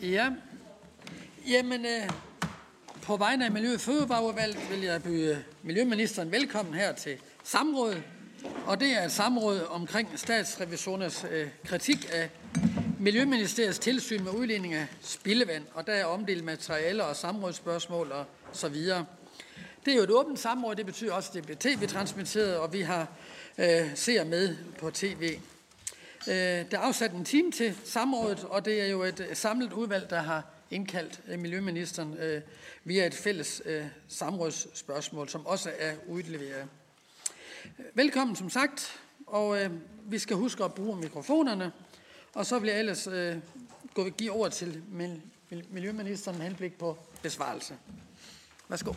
Ja, jamen på vegne af Miljø- og Fødevareudvalget vil jeg byde Miljøministeren velkommen her til samrådet. Og det er et samråd omkring statsrevisorernes kritik af Miljøministeriets tilsyn med udledning af spildevand. Og der er omdelt materialer og samrådsspørgsmål og så videre. Det er jo et åbent samråd, det betyder også, at det bliver tv-transmitteret, og vi har seere med på tv. Der er afsat en time til samrådet, og det er jo et samlet udvalg, der har indkaldt Miljøministeren via et fælles samrådsspørgsmål, som også er udleveret. Velkommen som sagt, og vi skal huske at bruge mikrofonerne, og så vil jeg ellers give ord til Miljøministeren med henblik på besvarelse. Værsgo.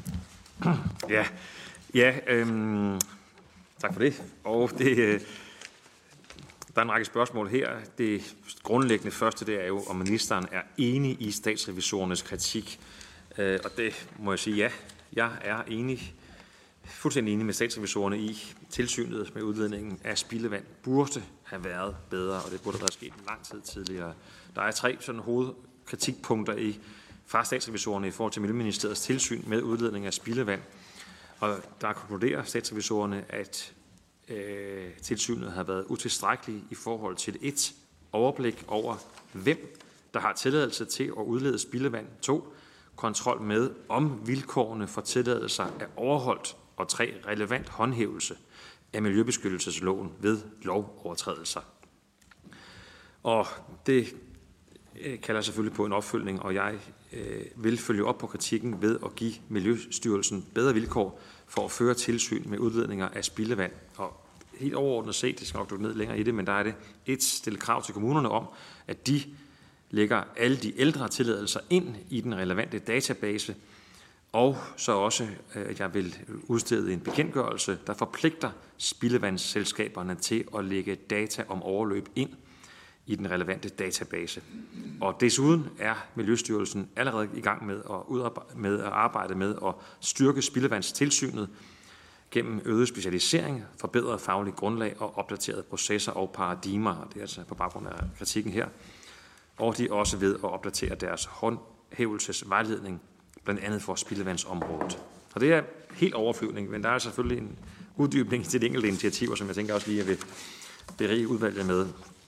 Tak for det. Og der er en række spørgsmål her. Det grundlæggende første, det er jo, om ministeren er enig i statsrevisorernes kritik. Og det må jeg sige, ja. Jeg er fuldstændig enig med statsrevisorerne i, tilsynet med udledningen af spildevand burde have været bedre, og det burde have været sket en lang tid tidligere. Der er 3 sådan hovedkritikpunkter fra statsrevisorerne i forhold til Miljøministeriets tilsyn med udledning af spildevand. Og der konkluderer statsrevisorerne, at tilsynet har været utilstrækkeligt i forhold til 1. overblik over, hvem der har tilladelse til at udlede spildevand. 2. kontrol med, om vilkårene for tilladelser er overholdt. Og 3. relevant håndhævelse af miljøbeskyttelsesloven ved lovovertrædelser. Og det kalder selvfølgelig på en opfølgning, og jeg vil følge op på kritikken ved at give Miljøstyrelsen bedre vilkår for at føre tilsyn med udledninger af spildevand. Og helt overordnet set, det skal nok dukke ned længere i det, men der er det et stille krav til kommunerne om, at de lægger alle de ældre tilladelser ind i den relevante database, og så også, at jeg vil udstede en bekendtgørelse, der forpligter spildevandsselskaberne til at lægge data om overløb ind i den relevante database. Og desuden er Miljøstyrelsen allerede i gang med at arbejde med at styrke spildevandstilsynet gennem øget specialisering, forbedret fagligt grundlag og opdaterede processer og paradigmer. Og det er altså på baggrund af kritikken her. Og de er også ved at opdatere deres håndhævelsesvejledning, blandt andet for spildevandsområdet. Og det er helt overflyvning, men der er selvfølgelig en uddybning til de enkelte initiativer, som jeg tænker også lige, at jeg vil berige udvalget med.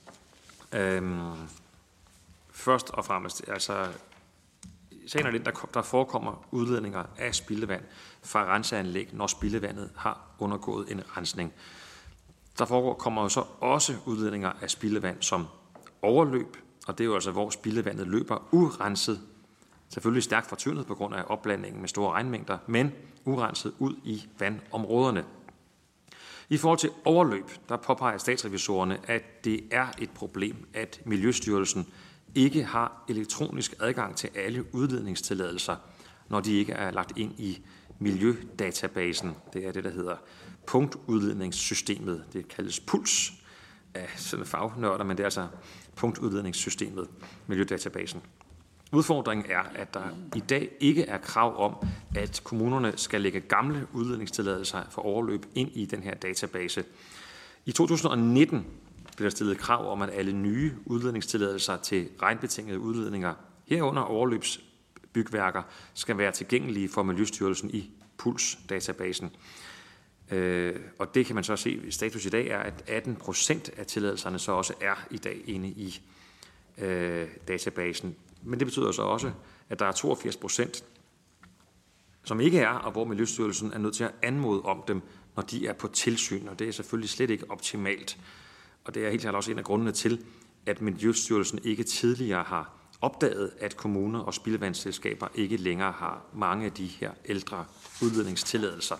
Først og fremmest, altså sagen er den, der forekommer udledninger af spildevand fra renseanlæg, når spildevandet har undergået en rensning. Der forekommer jo så også udledninger af spildevand som overløb, og det er jo altså, hvor spildevandet løber urenset, selvfølgelig stærkt fortyndet på grund af opblandingen med store regnmængder, men urenset ud i vandområderne. I forhold til overløb, der påpeger statsrevisorerne, at det er et problem, at Miljøstyrelsen ikke har elektronisk adgang til alle udledningstilladelser, når de ikke er lagt ind i miljødatabasen. Det er det, der hedder punktudledningssystemet. Det kaldes PULS af sådan fagnørder, men det er altså punktudledningssystemet, miljødatabasen. Udfordringen er, at der i dag ikke er krav om, at kommunerne skal lægge gamle udledningstilladelser for overløb ind i den her database. I 2019 blev der stillet krav om, at alle nye udledningstilladelser til regnbetingede udledninger, herunder overløbsbygværker, skal være tilgængelige for Miljøstyrelsen i PULS-databasen. Og det kan man så se, status i dag er, at 18% af tilladelserne så også er i dag inde i databasen. Men det betyder så også, at der er 82%, som ikke er, og hvor Miljøstyrelsen er nødt til at anmode om dem, når de er på tilsyn, og det er selvfølgelig slet ikke optimalt. Og det er helt klart også en af grundene til, at Miljøstyrelsen ikke tidligere har opdaget, at kommuner og spildevandsselskaber ikke længere har mange af de her ældre udledningstilladelser.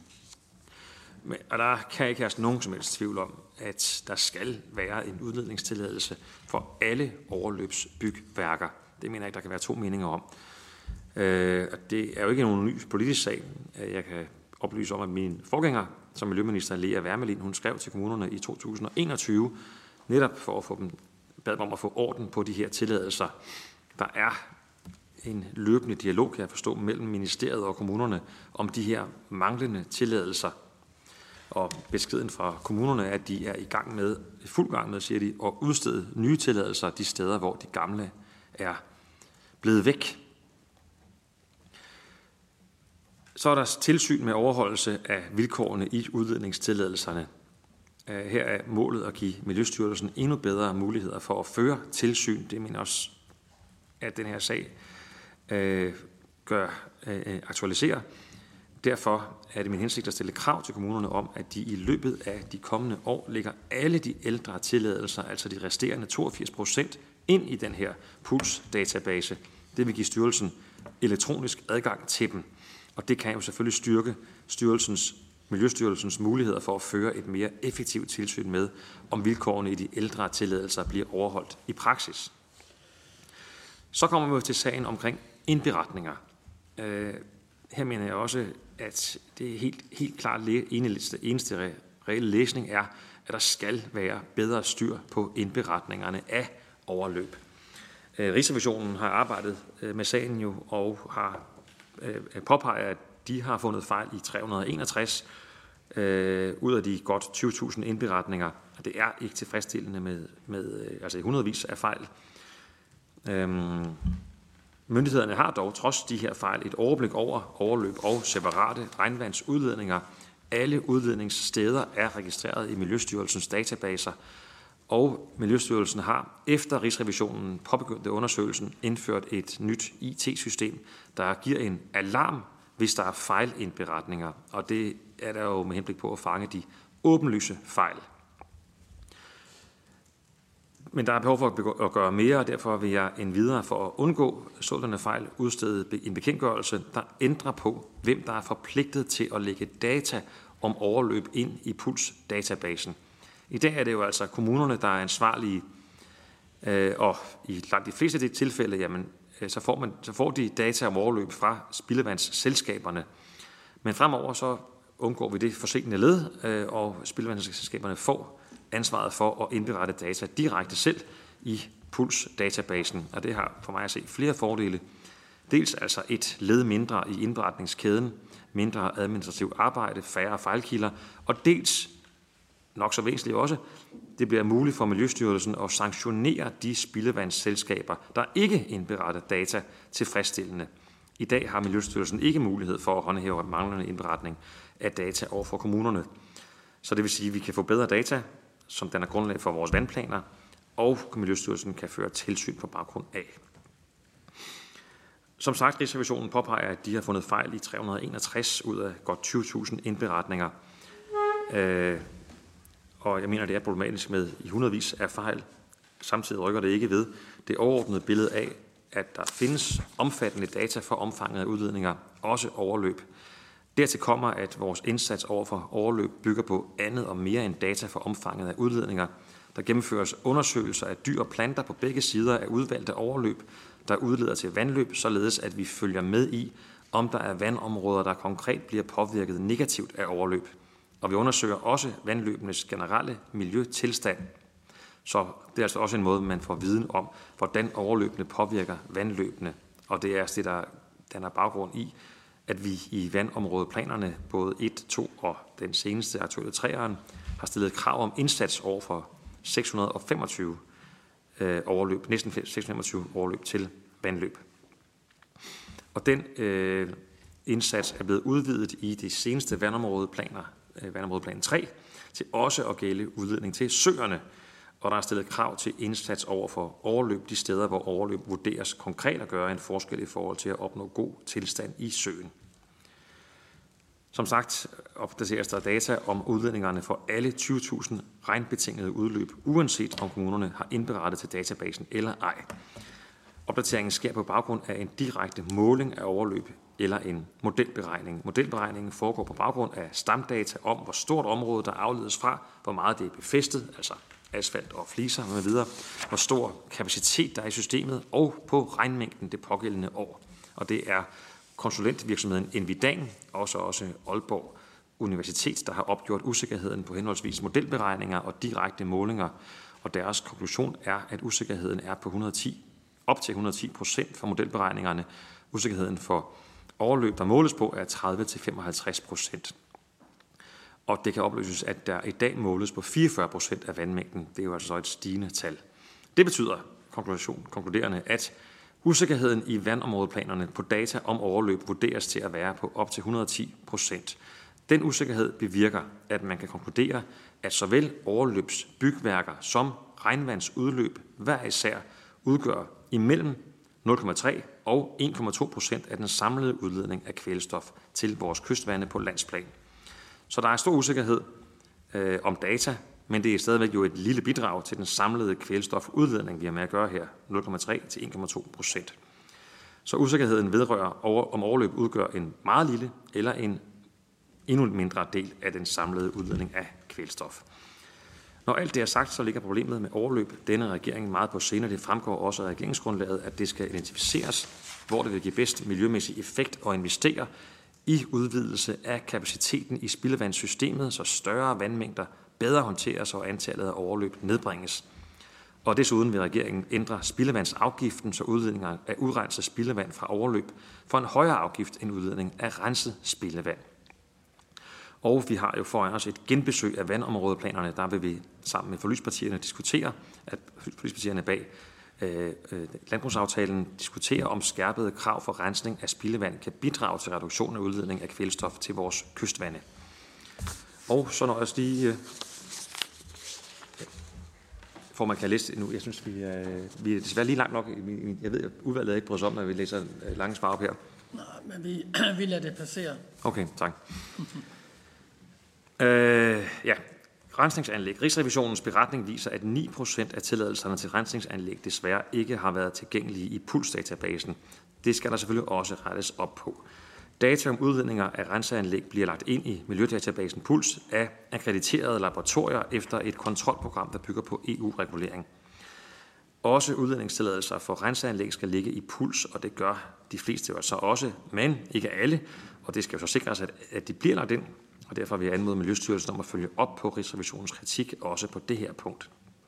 Og der kan ikke herske nogen som helst tvivl om, at der skal være en udledningstilladelse for alle overløbsbygværker. Det mener jeg ikke, der kan være 2 meninger om. Og det er jo ikke nogen ny politisk sag. Jeg kan oplyse om, at min forgænger som miljøminister, Lea Wermelin, hun skrev til kommunerne i 2021, netop for at få dem, bad dem om at få orden på de her tilladelser. Der er en løbende dialog, kan jeg forstå, mellem ministeriet og kommunerne om de her manglende tilladelser. Og beskeden fra kommunerne er, at de er i fuld gang med, siger de, at udstede nye tilladelser de steder, hvor de gamle er blevet væk. Så er der tilsyn med overholdelse af vilkårene i udledningstilladelserne. Her er målet at give Miljøstyrelsen endnu bedre muligheder for at føre tilsyn. Det mener også, at den her sag aktualiserer. Derfor er det min hensigt at stille krav til kommunerne om, at de i løbet af de kommende år lægger alle de ældre tilladelser, altså de resterende 82%, ind i den her PULS-database. Det vil give styrelsen elektronisk adgang til dem. Og det kan jo selvfølgelig styrke Miljøstyrelsens muligheder for at føre et mere effektivt tilsyn med, om vilkårene i de ældre tilladelser bliver overholdt i praksis. Så kommer vi til sagen omkring indberetninger. Her mener jeg også, at det er helt klart eneste reelle læsning er, at der skal være bedre styr på indberetningerne af overløb. Rigsrevisionen har arbejdet med sagen jo og har påpeget, at de har fundet fejl i 361 ud af de godt 20.000 indberetninger. Og det er ikke tilfredsstillende med hundredvis af fejl. Myndighederne har dog trods de her fejl et overblik over overløb og separate regnvandsudledninger. Alle udledningssteder er registreret i Miljøstyrelsens databaser, og Miljøstyrelsen har efter Rigsrevisionen påbegyndte undersøgelsen indført et nyt IT-system, der giver en alarm, hvis der er fejlindberetninger, og det er der jo med henblik på at fange de åbenlyse fejl. Men der er behov for at gøre mere, og derfor vil jeg endvidere for at undgå sådanne fejl udstede en bekendtgørelse, der ændrer på, hvem der er forpligtet til at lægge data om overløb ind i PULS-databasen. I dag er det jo altså kommunerne, der er ansvarlige, og i langt de fleste af de tilfælde, jamen, så får de data om overløb fra spildevandsselskaberne. Men fremover så undgår vi det forsinkende led, og spildevandsselskaberne får ansvaret for at indberette data direkte selv i PULS-databasen. Og det har for mig at se flere fordele. Dels altså et led mindre i indberetningskæden, mindre administrativt arbejde, færre fejlkilder, og dels, nok så væsentligt også, det bliver muligt for Miljøstyrelsen at sanktionere de spildevandsselskaber, der ikke indberetter data tilfredsstillende. I dag har Miljøstyrelsen ikke mulighed for at håndhæve manglende indberetning af data over for kommunerne. Så det vil sige, at vi kan få bedre data, som danner grundlag for vores vandplaner, og Miljøstyrelsen kan føre tilsyn på baggrund af. Som sagt, Rigsrevisionen påpeger, at de har fundet fejl i 361 ud af godt 20.000 indberetninger. Og jeg mener, det er problematisk med i hundredvis af fejl. Samtidig rykker det ikke ved det overordnede billede af, at der findes omfattende data for omfanget af udledninger, også overløb. Dertil kommer, at vores indsats over for overløb bygger på andet og mere end data for omfanget af udledninger. Der gennemføres undersøgelser af dyr og planter på begge sider af udvalgte overløb, der udleder til vandløb, således at vi følger med i, om der er vandområder, der konkret bliver påvirket negativt af overløb. Og vi undersøger også vandløbenes generelle miljøtilstand. Så det er altså også en måde, man får viden om, hvordan overløbene påvirker vandløbene. Og det er det, der danner baggrund i, at vi i vandområdeplanerne, både 1, 2 og den seneste aktuelle 3'eren, har stillet krav om indsats over for 625 overløb, næsten 625 overløb til vandløb. Og den indsats er blevet udvidet i de seneste vandområdeplaner, vandområdeplan 3, til også at gælde udledning til søerne, og der er stillet krav til indsats over for overløb de steder, hvor overløb vurderes konkret at gøre en forskel i forhold til at opnå god tilstand i søen. Som sagt opdateres der data om udledningerne for alle 20.000 regnbetingede udløb, uanset om kommunerne har indberettet til databasen eller ej. Opdateringen sker på baggrund af en direkte måling af overløb eller en modelberegning. Modelberegningen foregår på baggrund af stamdata om, hvor stort område der afledes fra, hvor meget det er befæstet, altså asfalt og fliser med videre, hvor stor kapacitet der er i systemet, og på regnmængden det pågældende år. Og det er konsulentvirksomheden Envidan, også Aalborg Universitet, der har opgjort usikkerheden på henholdsvis modelberegninger og direkte målinger, og deres konklusion er, at usikkerheden er på op til 110% for modelberegningerne. Usikkerheden for overløb, der måles på, er 30-55%. Og det kan oplyses, at der i dag måles på 44% af vandmængden. Det er jo altså så et stigende tal. Det betyder konkluderende, at Usikkerheden i vandområdeplanerne på data om overløb vurderes til at være på op til 110%. Den usikkerhed bevirker, at man kan konkludere, at såvel overløbsbygværker som regnvandsudløb hver især udgør imellem 0,3 og 1,2% af den samlede udledning af kvælstof til vores kystvande på landsplan. Så der er stor usikkerhed om data, men det er stadigvæk jo et lille bidrag til den samlede kvælstofudledning, vi har med at gøre her, 0,3 til 1,2%. Så usikkerheden vedrører, om overløb udgør en meget lille eller en endnu mindre del af den samlede udledning af kvælstof. Når alt det er sagt, så ligger problemet med overløb denne regering meget på scenen. Det fremgår også af regeringsgrundlaget, at det skal identificeres, hvor det vil give bedst miljømæssig effekt og investere i udvidelse af kapaciteten i spildevandssystemet, så større vandmængder bedre håndteres og antallet af overløb nedbringes. Og desuden vil regeringen ændre spildevandsafgiften, så udledninger af udrenset spildevand fra overløb får en højere afgift end udledning af renset spildevand. Og vi har jo foran os et genbesøg af vandområdeplanerne. Der vil vi sammen med forligspartierne diskutere, at forligspartierne bag landbrugsaftalen diskuterer, om skærpede krav for rensning af spildevand kan bidrage til reduktion af udledning af kvælstof til vores kystvande. Og så når jeg lige for man kan læse nu. Jeg synes, vi er desværre lige langt nok. Jeg ved, at udvalget ikke bryder sig om, at vi læser lange svar op her. Nej, men vi lader det passere. Okay, tak. Ja, rensningsanlæg. Rigsrevisionens beretning viser, at 9% af tilladelserne til rensningsanlæg desværre ikke har været tilgængelige i PULS-databasen. Det skal der selvfølgelig også rettes op på. Data om udledninger af renseanlæg bliver lagt ind i miljødatabasen PULS af akkrediterede laboratorier efter et kontrolprogram, der bygger på EU-regulering. Også udledningstilladelser for renseanlæg skal ligge i PULS, og det gør de fleste jo altså også, men ikke alle. Og det skal jo så sikres, at de bliver lagt ind, og derfor vil jeg anmode Miljøstyrelsen om at følge op på Rigsrevisionens kritik, også på det her punkt.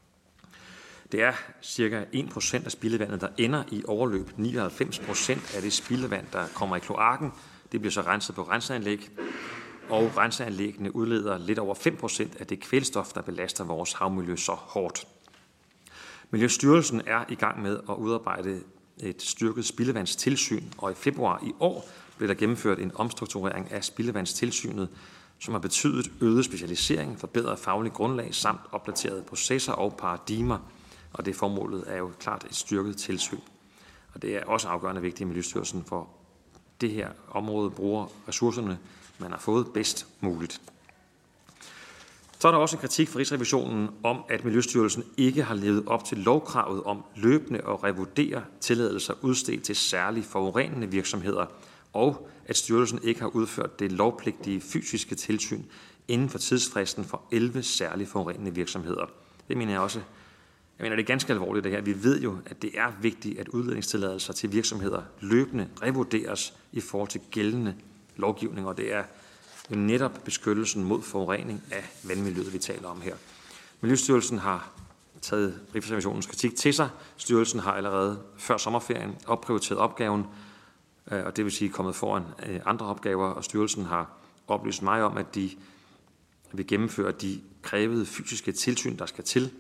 Det er ca. 1% af spildevandet, der ender i overløb. 99% af det spildevand, der kommer i kloakken, det bliver så renset på renseanlæg, og renseanlæggene udleder lidt over 5% af det kvælstof, der belaster vores havmiljø så hårdt. Miljøstyrelsen er i gang med at udarbejde et styrket spildevandstilsyn, og i februar i år blev der gennemført en omstrukturering af spildevandstilsynet, som har betydet øget specialisering, forbedret faglig grundlag samt opdaterede processer og paradigmer. Og det formålet er jo klart et styrket tilsyn. Og det er også afgørende vigtigt, at Miljøstyrelsen for det her område bruger ressourcerne, man har fået bedst muligt. Så er der også en kritik fra Rigsrevisionen om, at Miljøstyrelsen ikke har levet op til lovkravet om løbende at revurdere tilladelser udstedt til særligt forurenende virksomheder, og at styrelsen ikke har udført det lovpligtige fysiske tilsyn inden for tidsfristen for 11 særligt forurenende virksomheder. Det mener jeg også. Jeg mener, det er ganske alvorligt det her. Vi ved jo, at det er vigtigt, at udledningstilladelser til virksomheder løbende revurderes i forhold til gældende lovgivning, og det er jo netop beskyttelsen mod forurening af vandmiljøet, vi taler om her. Miljøstyrelsen har taget Rigsrevisionens kritik til sig. Styrelsen har allerede før sommerferien opprioriteret opgaven, og det vil sige kommet foran andre opgaver, og styrelsen har oplyst mig om, at de vil gennemføre de krævede fysiske tilsyn, der skal til.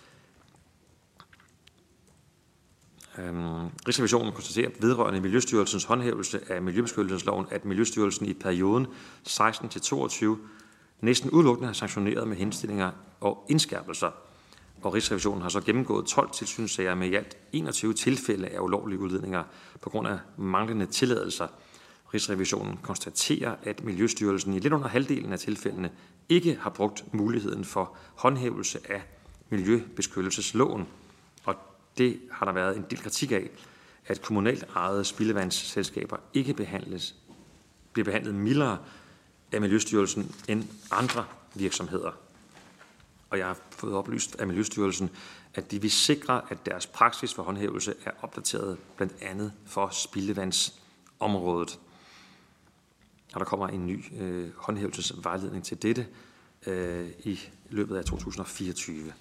Rigsrevisionen konstaterer vedrørende Miljøstyrelsens håndhævelse af Miljøbeskyttelsesloven, at Miljøstyrelsen i perioden 16-22 næsten udelukkende har sanktioneret med henstillinger og indskærpelser. Og Rigsrevisionen har så gennemgået 12 tilsynssager med i alt 21 tilfælde af ulovlige udledninger på grund af manglende tilladelser. Rigsrevisionen konstaterer, at Miljøstyrelsen i lidt under halvdelen af tilfældene ikke har brugt muligheden for håndhævelse af Miljøbeskyttelsesloven. Og det har der været en del kritik af, at kommunalt ejede spildevandsselskaber ikke bliver behandlet mildere af Miljøstyrelsen end andre virksomheder. Og jeg har fået oplyst af Miljøstyrelsen, at de vil sikre, at deres praksis for håndhævelse er opdateret blandt andet for spildevandsområdet. Og der kommer en ny håndhævelsesvejledning til dette i løbet af 2024.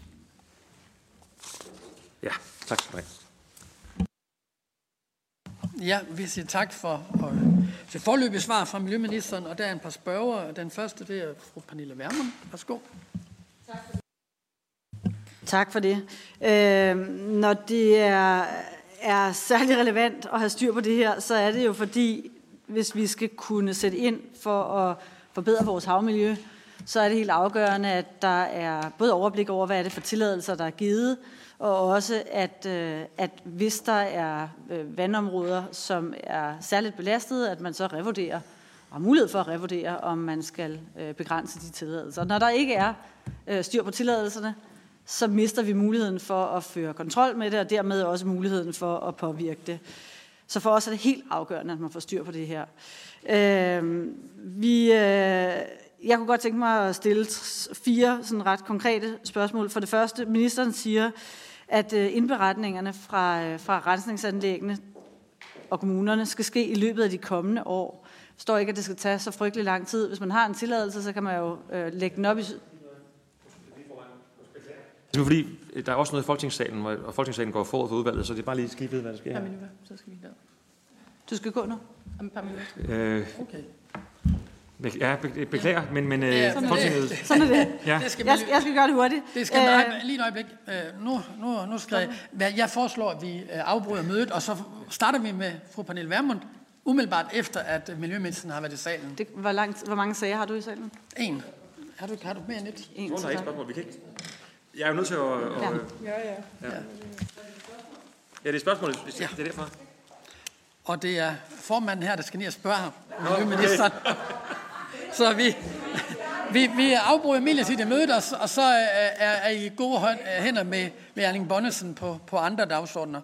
Ja, tak skal du have. Ja, vi siger tak for til forløbige svar fra Miljøministeren, og der er et par spørgere. Den første, det er fru Pernille Vermund. Værsgo. Tak for det. Når det er er særlig relevant at have styr på det her, så er det jo fordi, hvis vi skal kunne sætte ind for at forbedre vores havmiljø, så er det helt afgørende, at der er både overblik over, hvad er det for tilladelser, der er givet, og også, at hvis der er vandområder, som er særligt belastede, at man så revurderer, og har mulighed for at revurdere, om man skal begrænse de tilladelser. Når der ikke er styr på tilladelserne, så mister vi muligheden for at føre kontrol med det, og dermed også muligheden for at påvirke det. Så for os er det helt afgørende, at man får styr på det her. Jeg kunne godt tænke mig at stille 4 sådan ret konkrete spørgsmål. For det første, ministeren siger, at indberetningerne fra rensningsanlæggene og kommunerne skal ske i løbet af de kommende år. Jeg forstår ikke, at det skal tage så frygtelig lang tid. Hvis man har en tilladelse, så kan man jo lægge den op i... Det er fordi, der er også noget i Folketingssalen, og Folketingssalen går forud for udvalget, så det er bare lige skibet, hvad der sker her. Så skal vi ned. Du skal gå nu? Om et par minutter. Okay. Ja, beklager, men Folketinget... Sådan er det. Ja. Jeg skal gøre det hurtigt. Det skal lige et øjeblik. Nu skal jeg foreslår, at vi afbryder mødet, og så starter vi med fru Pernille Vermund, umiddelbart efter, at miljøministeren har været i salen. Hvor mange sager har du i salen? 1. Har du mere end et? Jeg har et spørgsmål. Vi kan ikke... Jeg er jo nødt til at... Ja, det er spørgsmålet, hvis det er derfra. Og det er formanden her, der skal ned og spørge ham, miljøministeren. Så vi afbryder midlertidigt mødet, og så er I gode hænder med Erling Bonnesen på andre dagsordner.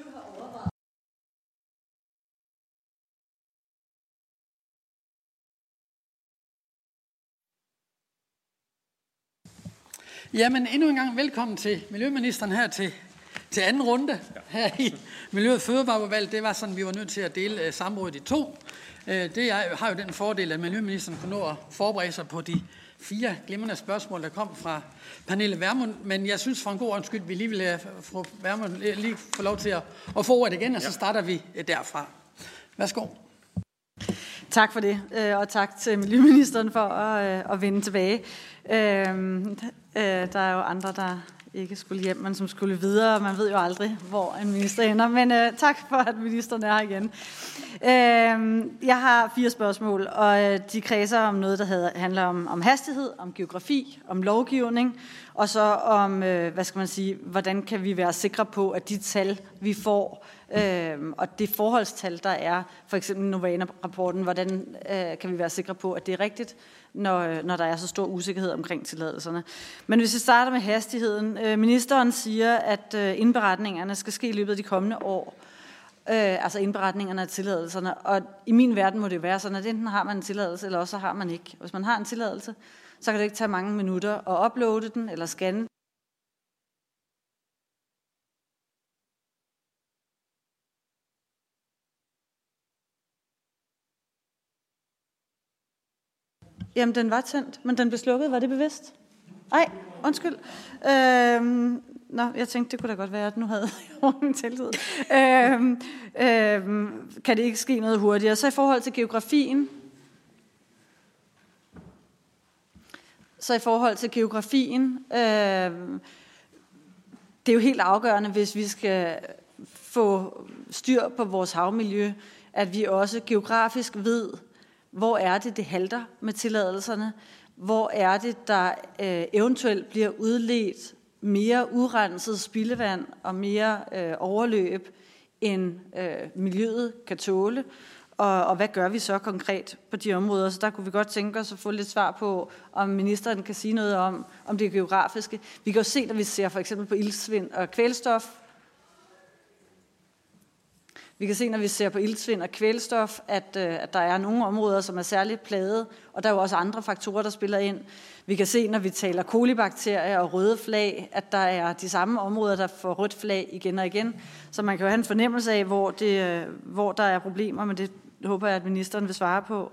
Jamen, endnu en gang velkommen til miljøministeren her til anden runde her i Miljø- og Fødevareudvalget. Det var sådan, vi var nødt til at dele samrådet i 2. Det har jo den fordel, at miljøministeren kunne nå at forberede sig på de 4 glimrende spørgsmål, der kom fra Pernille Vermund. Men jeg synes for en god ordens skyld, vi lige vil lade fru Vermund lige få lov til at få ordet igen, og så starter vi derfra. Værsgo. Tak for det, og tak til miljøministeren for at vende tilbage. Der er jo andre, der ikke skulle hjem, men som skulle videre. Man ved jo aldrig, hvor en minister ender. Men tak for, at ministeren er her igen. Jeg har 4 spørgsmål, og de kredser om noget, der handler om hastighed, om geografi, om lovgivning, og så om, hvordan kan vi være sikre på, at de tal, vi får, og det forholdstal, der er, for eksempel Novana-rapporten, hvordan kan vi være sikre på, at det er rigtigt, når der er så stor usikkerhed omkring tilladelserne. Men hvis vi starter med hastigheden. Ministeren siger, at indberetningerne skal ske i løbet af de kommende år. Altså indberetningerne af tilladelserne. Og i min verden må det være sådan, at enten har man en tilladelse, eller også har man ikke. Hvis man har en tilladelse, så kan det ikke tage mange minutter at uploade den eller scanne. Jamen, den var tændt, men den blev slukket. Var det bevidst? Nej, undskyld. Jeg tænkte, det kunne da godt være, at nu havde jeg en tiltid. Kan det ikke ske noget hurtigere? Så i forhold til geografien. Det er jo helt afgørende, hvis vi skal få styr på vores havmiljø, at vi også geografisk ved, hvor er det halter med tilladelserne? Hvor er det, der eventuelt bliver udledt mere urenset spildevand og mere overløb, end miljøet kan tåle? Og hvad gør vi så konkret på de områder? Så der kunne vi godt tænke os at få lidt svar på, om ministeren kan sige noget om det geografiske. Vi kan jo se, når vi ser for eksempel på iltsvind og kvælstof. Vi kan se, når vi ser på iltsvind og kvælstof, at der er nogle områder, som er særligt plaget, og der er jo også andre faktorer, der spiller ind. Vi kan se, når vi taler kolibakterier og røde flag, at der er de samme områder, der får rødt flag igen og igen. Så man kan jo have en fornemmelse af, hvor der er problemer, men det håber jeg, at ministeren vil svare på.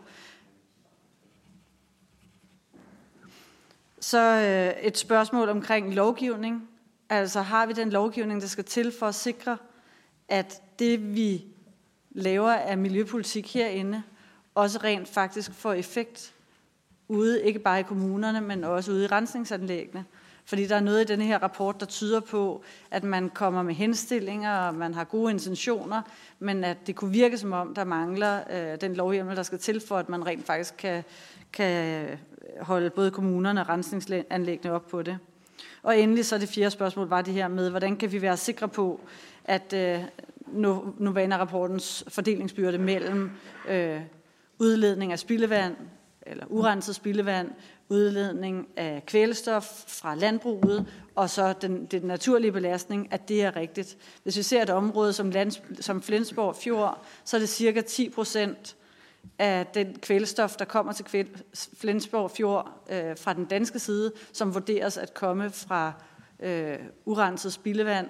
Så et spørgsmål omkring lovgivning. Altså har vi den lovgivning, der skal til for at sikre, at det, vi laver af miljøpolitik herinde, også rent faktisk får effekt ude, ikke bare i kommunerne, men også ude i rensningsanlæggene. Fordi der er noget i denne her rapport, der tyder på, at man kommer med henstillinger, og man har gode intentioner, men at det kunne virke som om, der mangler den lovhjemmel, der skal til for, at man rent faktisk kan holde både kommunerne og rensningsanlæggene op på det. Og endelig så det fjerde spørgsmål var det her med, hvordan kan vi være sikre på, at Novana-rapportens fordelingsbyrde mellem udledning af spildevand, eller urenset spildevand, udledning af kvælstof fra landbruget, og så den naturlige belastning, at det er rigtigt. Hvis vi ser et område som Flensborg Fjord, så er det cirka 10% af den kvælstof, der kommer til Flensborg Fjord fra den danske side, som vurderes at komme fra urenset spildevand.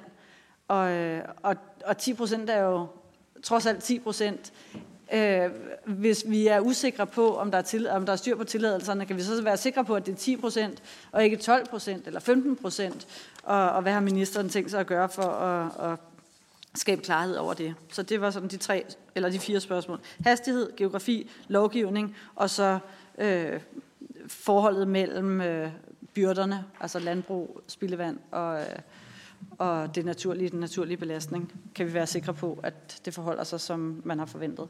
Og 10% er jo trods alt 10%. Hvis vi er usikre på, om der er styr på tilladelserne, kan vi så være sikre på, at det er 10% og ikke 12% eller 15%? Og hvad har ministeren tænkt sig at gøre for at skabe klarhed over det? Så det var sådan de 4 spørgsmål. Hastighed, geografi, lovgivning og så forholdet mellem byrderne, altså landbrug, spildevand og den naturlige belastning. Kan vi være sikre på, at det forholder sig, som man har forventet?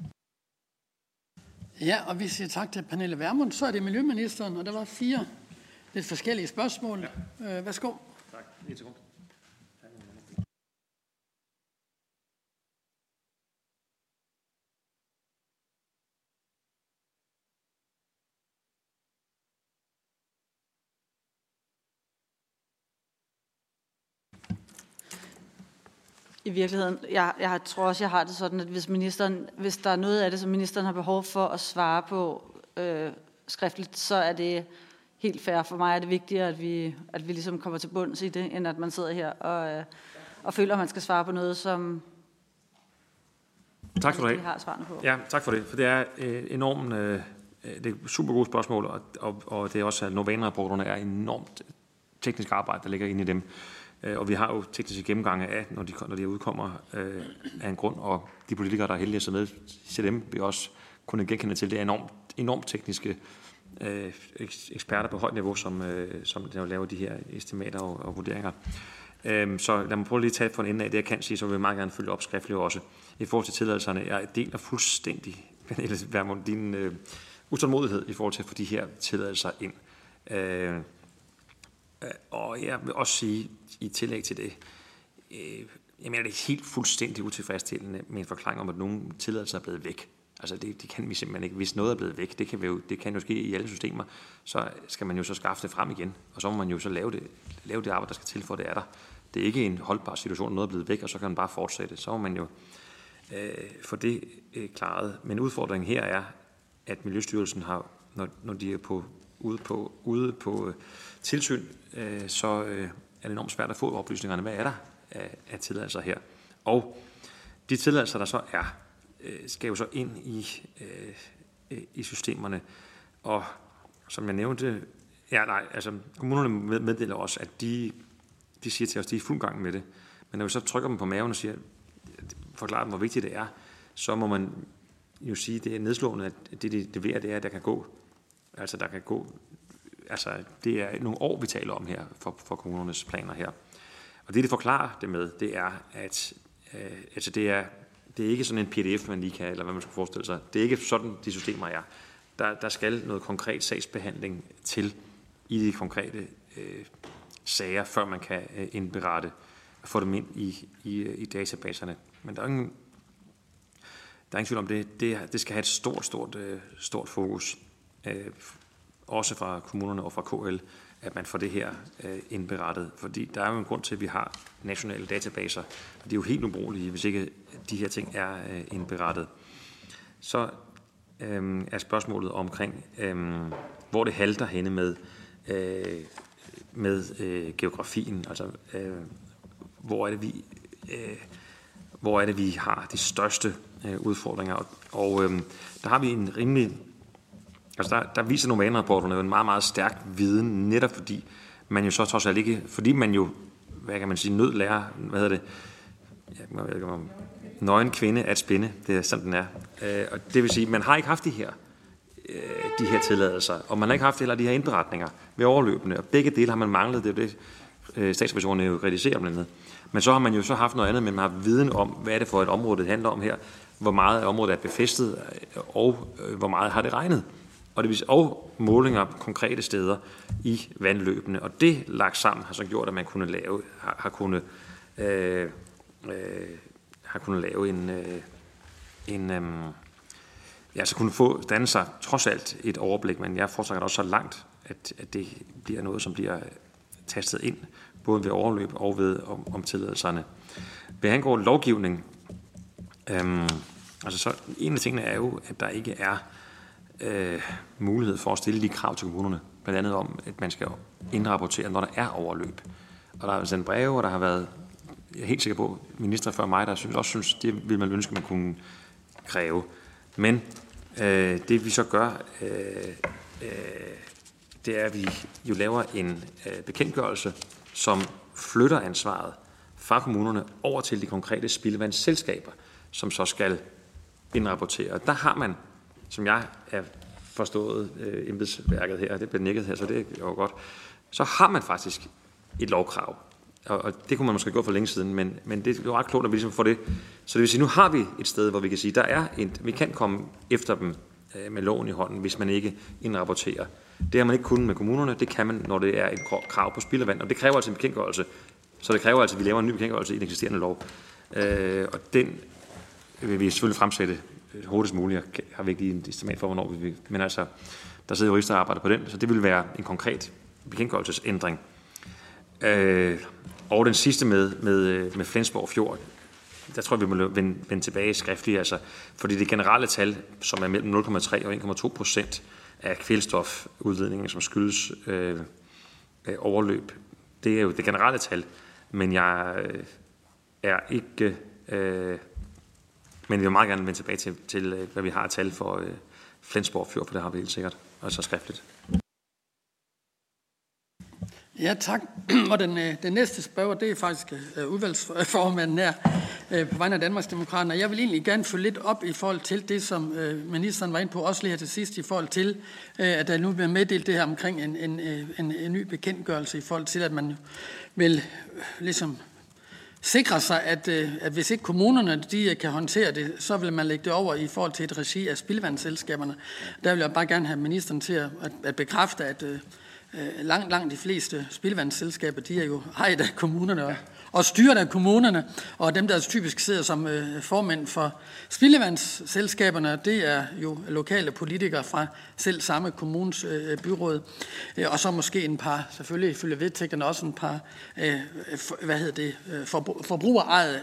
Ja, og vi siger tak til Pernille Vermund. Så er det Miljøministeren, og der var 4 lidt forskellige spørgsmål. Ja. Værsgo. Tak. Lige til I virkeligheden, jeg tror også, jeg har det sådan, at hvis der er noget af det, som ministeren har behov for at svare på skriftligt, så er det helt fair. For mig er det vigtigere, at vi ligesom kommer til bunds i det, end at man sidder her og føler, at man skal svare på noget, som tak for det. Har svarene på. Ja, tak for det. For det er enormt, det er super gode spørgsmål, og det er også, at Novana-rapporterne er enormt teknisk arbejde, der ligger inde i dem. Og vi har jo tekniske gennemgange af, når de udkommer af en grund, og de politikere, der er heldige at sidde med til dem, vil også kunne genkende til. Det er enormt tekniske eksperter på højt niveau, som laver de her estimater og vurderinger. Så lad mig prøve lige at tage for en ende af det, jeg kan sige, så vil jeg meget gerne følge op skriftligt også. I forhold til tilladelserne, jeg deler fuldstændig, Pernille Vermund, din utålmodighed i forhold til at få de her tilladelser ind. Og jeg vil også sige, i tillæg til det, jeg mener, det er helt fuldstændig utilfredsstillende med en forklaring om, at nogle tilladelser er blevet væk. Altså det kan vi simpelthen ikke. Hvis noget er blevet væk, det kan jo ske i alle systemer, så skal man jo så skaffe det frem igen, og så må man jo så lave det arbejde, der skal til for, at det er der. Det er ikke en holdbar situation, noget er blevet væk, og så kan man bare fortsætte. Så må man jo få det klaret. Men udfordringen her er, at Miljøstyrelsen har, når de er ude på tilsyn, så er det enormt svært at få oplysningerne. Hvad er der af tilladelser her? Og de tilladelser, der så er, skal jo så ind i systemerne. Og som jeg nævnte, kommunerne meddeler også, at de siger til os, at de er i fuld gang med det. Men når vi så trykker dem på maven og forklarer dem, hvor vigtigt det er, så må man jo sige, at det er nedslående, at det de leverer, det er, at der kan gå. Det er nogle år, vi taler om her for kommunernes planer her. Og det, de forklarer det med, det er, at det er ikke sådan en pdf, man lige kan, eller hvad man skal forestille sig. Det er ikke sådan, de systemer er. Der skal noget konkret sagsbehandling til i de konkrete sager, før man kan indberette og få dem ind i databaserne. Men der er ingen tvivl om det. Det skal have et stort fokus, også fra kommunerne og fra KL, at man får det her indberettet. Fordi der er jo en grund til, at vi har nationale databaser. Og det er jo helt ubrugelige, hvis ikke de her ting er indberettet. Så er spørgsmålet omkring, hvor det halter henne med geografien. Altså, hvor er det, vi har de største udfordringer. Og der har vi en rimelig... Altså der viser Novana-rapporterne jo en meget, meget stærk viden, netop fordi man jo så trods alt ikke, fordi man jo, hvad kan man sige, nødlærer, jeg ved ikke nøgen kvinde at spinde, det er sådan den er. Og det vil sige, man har ikke haft de her de her tilladelser, og man har ikke haft heller de her indberetninger ved overløbende, og begge dele har man manglet. Det er jo det, statsrevisionen jo kritiserer blandt andet. Men så har man jo så haft noget andet, men man har viden om, hvad er det for et område, det handler om her, hvor meget af området er befæstet, og hvor meget har det regnet. Og målinger konkrete steder i vandløbene. Og det lagt sammen har så gjort, at man kunne lave, har kunnet lave så kunne få danne sig trods alt et overblik, men jeg foretrækker også så langt, at det bliver noget, som bliver tastet ind, både ved overløb og ved om tilladelserne. Hvad angår lovgivning, så en af tingene er jo, at der ikke er mulighed for at stille de krav til kommunerne, blandt andet om, at man skal indrapportere, når der er overløb. Og der er sendt breve, og der har været, jeg er helt sikker på, minister før mig, der også synes, det vil man ønske, man kunne kræve. Men det vi så gør, det er, at vi jo laver en bekendtgørelse, som flytter ansvaret fra kommunerne over til de konkrete spildevandsselskaber, som så skal indrapportere. Der har man, som jeg er forstået embedsværket her, det bliver nikket her, så det er jo godt, så har man faktisk et lovkrav. Og det kunne man måske gå for længe siden, men det er jo ret klogt, at vi ligesom får det. Så det vil sige, nu har vi et sted, hvor vi kan sige, vi kan komme efter dem med loven i hånden, hvis man ikke indrapporterer. Det har man ikke kunnet med kommunerne, det kan man, når det er et krav på spildevand, og det kræver altså en bekendtgørelse. Så det kræver altså, at vi laver en ny bekendtgørelse i den eksisterende lov. Og den vil vi selvfølgelig fremsætte hurtigst muligt. Jeg har vi ikke lige en estimat for, hvornår vi vil. Men altså, der sidder jurister og arbejder på den, så det vil være en konkret bekendtgørelsesændring. Og den sidste med Flensborg Fjord, der tror jeg, vi må vende tilbage skriftligt, altså, fordi det generelle tal, som er mellem 0,3 og 1,2% af kvælstofudledningen, som skyldes overløb, det er jo det generelle tal, men jeg er ikke... men vi vil meget gerne vende tilbage til hvad vi har af tal for Flensborg Fjord, for det har vi helt sikkert, og så skriftligt. Ja, tak. Og den næste spørger, det er faktisk udvalgsformanden her på vegne af Danmarksdemokraterne. Jeg vil egentlig gerne følge lidt op i forhold til det, som ministeren var inde på, også lige her til sidst, i forhold til, at der nu bliver meddelt det her omkring en ny bekendtgørelse, i forhold til, at man vil ligesom sikre sig, at hvis ikke kommunerne de kan håndtere det, så vil man lægge det over i forhold til et regi af spildevandsselskaberne. Der vil jeg bare gerne have ministeren til at bekræfte, at langt de fleste spildevandsselskaber, de er jo ejet af kommunerne og styret af kommunerne, og dem, der typisk sidder som formænd for spildevandsselskaberne, det er jo lokale politikere fra selv samme kommunes byråd, og så måske en par, selvfølgelig ifølge vedtægterne også en par, forbrugerejede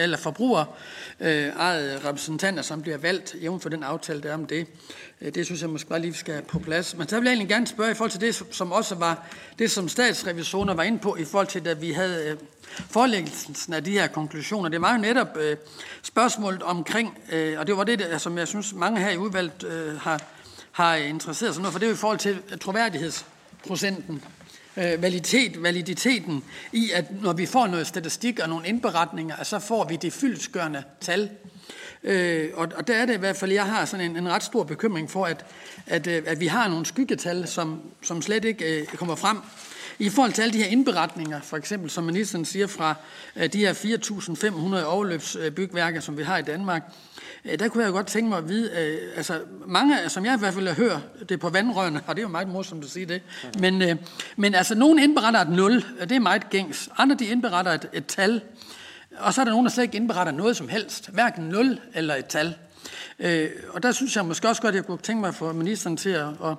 repræsentanter, som bliver valgt jævnt for den aftale, der er om det. Det synes jeg måske bare lige skal have på plads. Men så vil jeg egentlig gerne spørge i forhold til det, som også var det, som statsrevisioner var inde på, i forhold til, da vi havde forelæggelsen af de her konklusioner. Det var jo netop spørgsmålet omkring, og det var det, som jeg synes, mange her i udvalget har interesseret sig noget for, det er jo i forhold til troværdighedsprocenten, validiteten i, at når vi får noget statistik og nogle indberetninger, så får vi det fyldestgørende tal. Og der er det i hvert fald, jeg har sådan en ret stor bekymring for, at vi har nogle skyggetal, som slet ikke kommer frem. I forhold til alle de her indberetninger, for eksempel som ministeren siger, fra de her 4.500 overløbsbygværker, som vi har i Danmark, der kunne jeg godt tænke mig at vide, altså mange, som jeg i hvert fald hører det på vandrørene, og det er jo meget morsomt at sige det, men altså nogle indberetter et 0, det er meget gængs, andre de indberetter et tal, og så er der nogen, der slet ikke indberetter noget som helst, hverken 0 eller et tal. Og der synes jeg måske også godt, at jeg kunne tænke mig at få ministeren til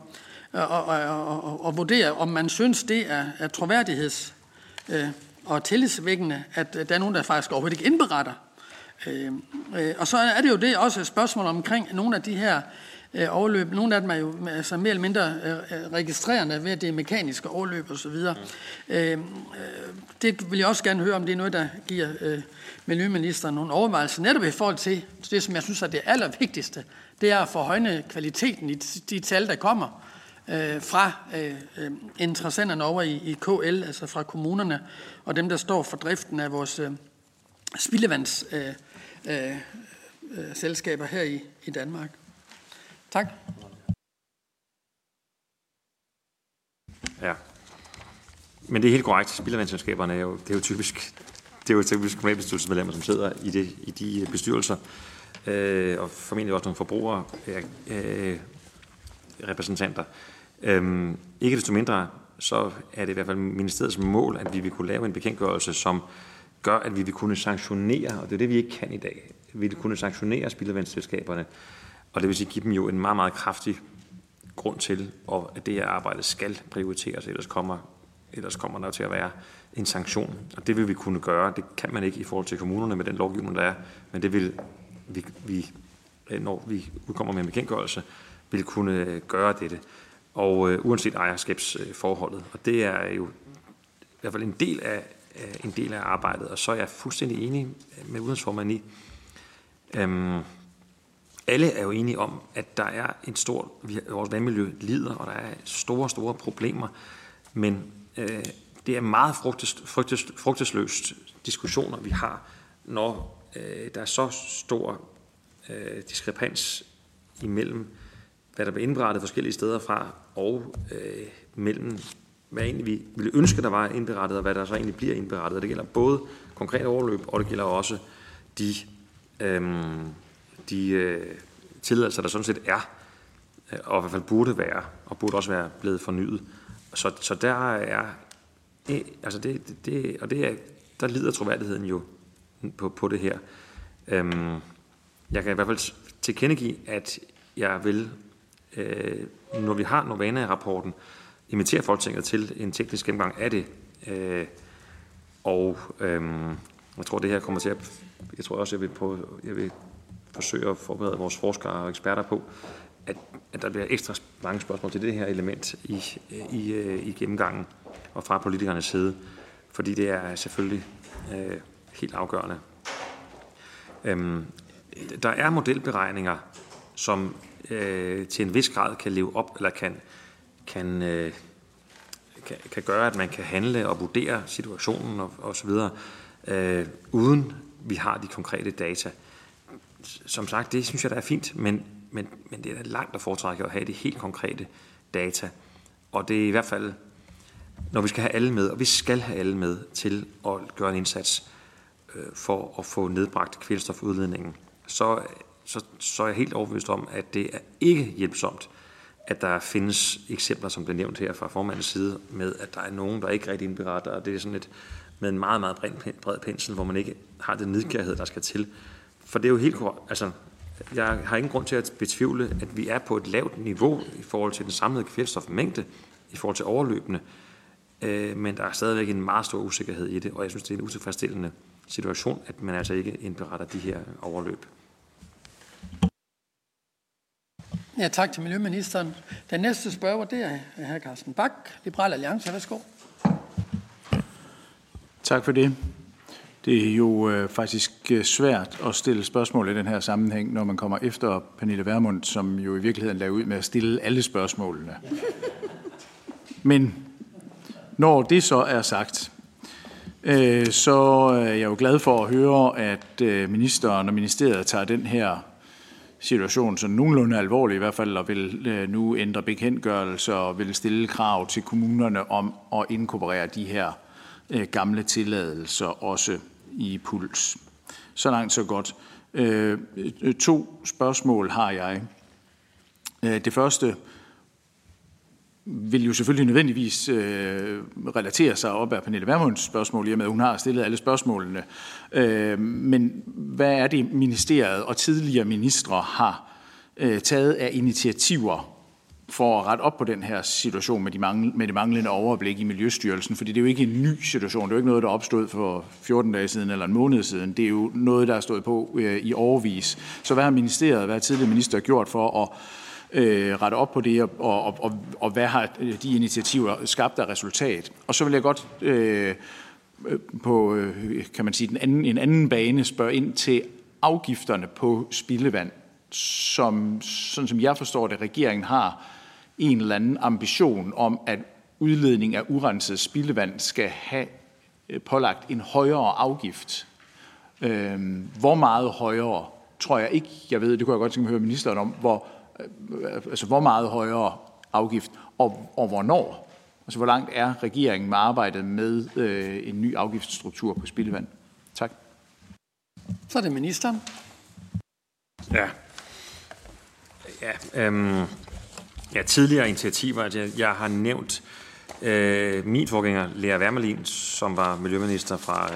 at vurdere, om man synes, det er troværdigheds- og tillidsvækkende, at der er nogen, der faktisk overhovedet ikke indberetter. Og så er det jo det også et spørgsmål omkring nogle af de her overløb. Nogle af dem er jo altså mere eller mindre registrerende ved, at det er mekaniske overløb osv. Det vil jeg også gerne høre, om det er noget, der giver miljøministeren nogle overvejelser. Netop i forhold til det, som jeg synes er det allervigtigste, det er at forhøjne kvaliteten i de tal, der kommer fra interessenterne over i KL, altså fra kommunerne, og dem, der står for driften af vores spildevandsselskaber her i Danmark. Tak. Ja. Men det er helt korrekt. Spildevandsselskaberne er jo typisk kommunalbestyrelsesmedlemmer, som sidder i de bestyrelser, og formentlig også nogle forbrugerrepræsentanter. Ikke desto mindre, så er det i hvert fald ministeriets mål, at vi vil kunne lave en bekendtgørelse, som gør, at vi vil kunne sanktionere, og det er det, vi ikke kan i dag. Vi vil kunne sanktionere spildevandsselskaberne, og det vil sige give dem jo en meget, meget kraftig grund til, at det her arbejde skal prioriteres, ellers kommer der til at være en sanktion. Og det vil vi kunne gøre. Det kan man ikke i forhold til kommunerne med den lovgivning, der er, men det vil vi når vi udkommer med en bekendtgørelse, vil kunne gøre dette. Og uanset ejerskabsforholdet. Og det er jo i hvert fald en del af arbejdet. Og så er jeg fuldstændig enig med udvalgsformanden i, alle er jo enige om, at der er vores vandmiljø lider, og der er store problemer, men det er meget frugtesløst diskussioner, vi har, når der er så stor diskrepans imellem, hvad der bliver indberettet forskellige steder fra, og mellem, hvad egentlig vi ville ønske, der var indberettet, og hvad der så egentlig bliver indberettet. Og det gælder både konkret overløb, og det gælder også de tilladelser, der sådan set er, og i hvert fald burde være, og burde også være blevet fornyet. Så der er, altså der lider troværdigheden jo på det her. Jeg kan i hvert fald tilkendegive, at jeg vil, når vi har Novana-rapporten, invitere Folketinget til en teknisk gennemgang af det. Jeg tror, det her kommer til at... Jeg tror også, jeg vil forsøge at forberede vores forskere og eksperter på, at der bliver ekstra mange spørgsmål til det her element i gennemgangen og fra politikernes side, fordi det er selvfølgelig helt afgørende. Der er modelberegninger, som til en vis grad kan leve op, eller kan gøre, at man kan handle og vurdere situationen og så videre, uden vi har de konkrete data. Som sagt, det synes jeg, der er fint, men det er da langt at foretrække at have de helt konkrete data. Og det er i hvert fald, når vi skal have alle med, og vi skal have alle med til at gøre en indsats for at få nedbragt kvælstofudledningen, så er jeg helt overbevist om, at det er ikke hjælpsomt, at der findes eksempler, som blev nævnt her fra formandens side, med at der er nogen, der ikke rigtig indberetter, og det er sådan et med en meget, meget bred pensel, hvor man ikke har den nidkærhed, der skal til. For det er jo helt korrekt. Altså, jeg har ingen grund til at betvivle, at vi er på et lavt niveau i forhold til den samlede kvælstofmængde, i forhold til overløbende, men der er stadigvæk en meget stor usikkerhed i det, og jeg synes, det er en utilfredsstillende situation, at man altså ikke indberetter de her overløb. Ja, tak til Miljøministeren. Den næste spørger, det er hr. Carsten Bach, Liberal Alliance. Værsgo. Tak for det. Det er jo faktisk svært at stille spørgsmål i den her sammenhæng, når man kommer efter Pernille Vermund, som jo i virkeligheden lader ud med at stille alle spørgsmålene. Men når det så er sagt, så er jeg jo glad for at høre, at ministeren og ministeriet tager den her situation så nogenlunde alvorlig i hvert fald, og vil nu ændre bekendtgørelser og vil stille krav til kommunerne om at inkorporere de her gamle tilladelser også i Puls. Så langt, så godt. 2 spørgsmål har jeg. Det første vil jo selvfølgelig nødvendigvis relatere sig op af Pernille Vermunds spørgsmål, i og med at hun har stillet alle spørgsmålene. Men hvad er det, ministeriet og tidligere ministre har taget af initiativer for at rette op på den her situation med det manglende overblik i Miljøstyrelsen? Fordi det er jo ikke en ny situation. Det er jo ikke noget, der opstod for 14 dage siden eller en måned siden. Det er jo noget, der er stået på i årevis. Så hvad har ministeriet, hvad har tidligere minister gjort for at rette op på det, og hvad har de initiativer skabt af resultat? Og så vil jeg godt på, kan man sige, en anden bane spørge ind til afgifterne på spildevand, sådan som jeg forstår det, regeringen har en eller anden ambition om, at udledning af urenset spildevand skal have pålagt en højere afgift. Hvor meget højere, tror jeg ikke, jeg ved, det kunne jeg godt tænke mig at høre ministeren om, hvor meget højere afgift, og hvornår? Altså, hvor langt er regeringen med arbejdet med en ny afgiftsstruktur på spildevand? Tak. Så er det ministeren. Ja, tidligere initiativer. Altså, jeg har nævnt min forgænger, Lea Wermelin, som var miljøminister fra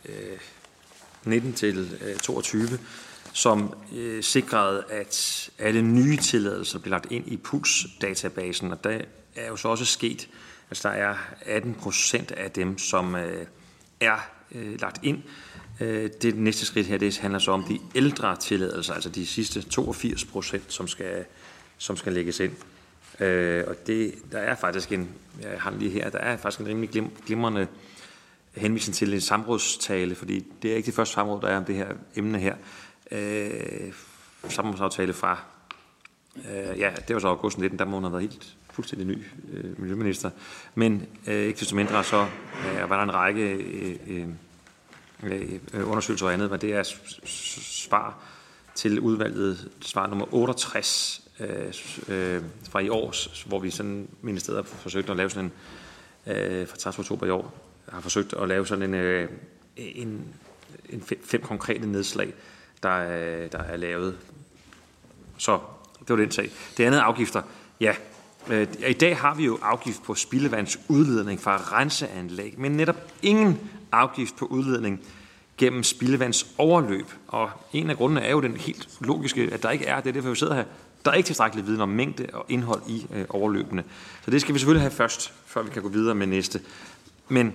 19 til 22, som sikrede, at alle nye tilladelser blev lagt ind i PULS-databasen, og der er jo så også sket, altså der er 18% af dem, som er lagt ind. Det næste skridt her, det handler så om de ældre tilladelser, altså de sidste 82%, som skal lægges ind. Og der er faktisk en rimelig glimrende henvisning til en samrådstale, fordi det er ikke det første samråd, der er om det her emne her. Samrådsaftale fra, det var så august 19, der må hun have været helt fuldstændig ny miljøminister. Men ikke desto mindre så var der en række undersøgelser og andet, men det er svar til udvalget, svar nummer 68 fra i år, hvor vi sådan ministeriet har forsøgt at lave sådan en, fra 30. oktober i år, har forsøgt at lave sådan en 5 konkrete nedslag, der er lavet. Så det var den sag. Det andet afgifter. Ja, i dag har vi jo afgift på spildevandsudledning fra renseanlæg, men netop ingen afgift på udledning gennem spildevandsoverløb. Og en af grundene er jo den helt logiske, at der ikke er, det er derfor vi sidder her, der er ikke tilstrækkelig viden om mængde og indhold i overløbene. Så det skal vi selvfølgelig have først, før vi kan gå videre med næste. Men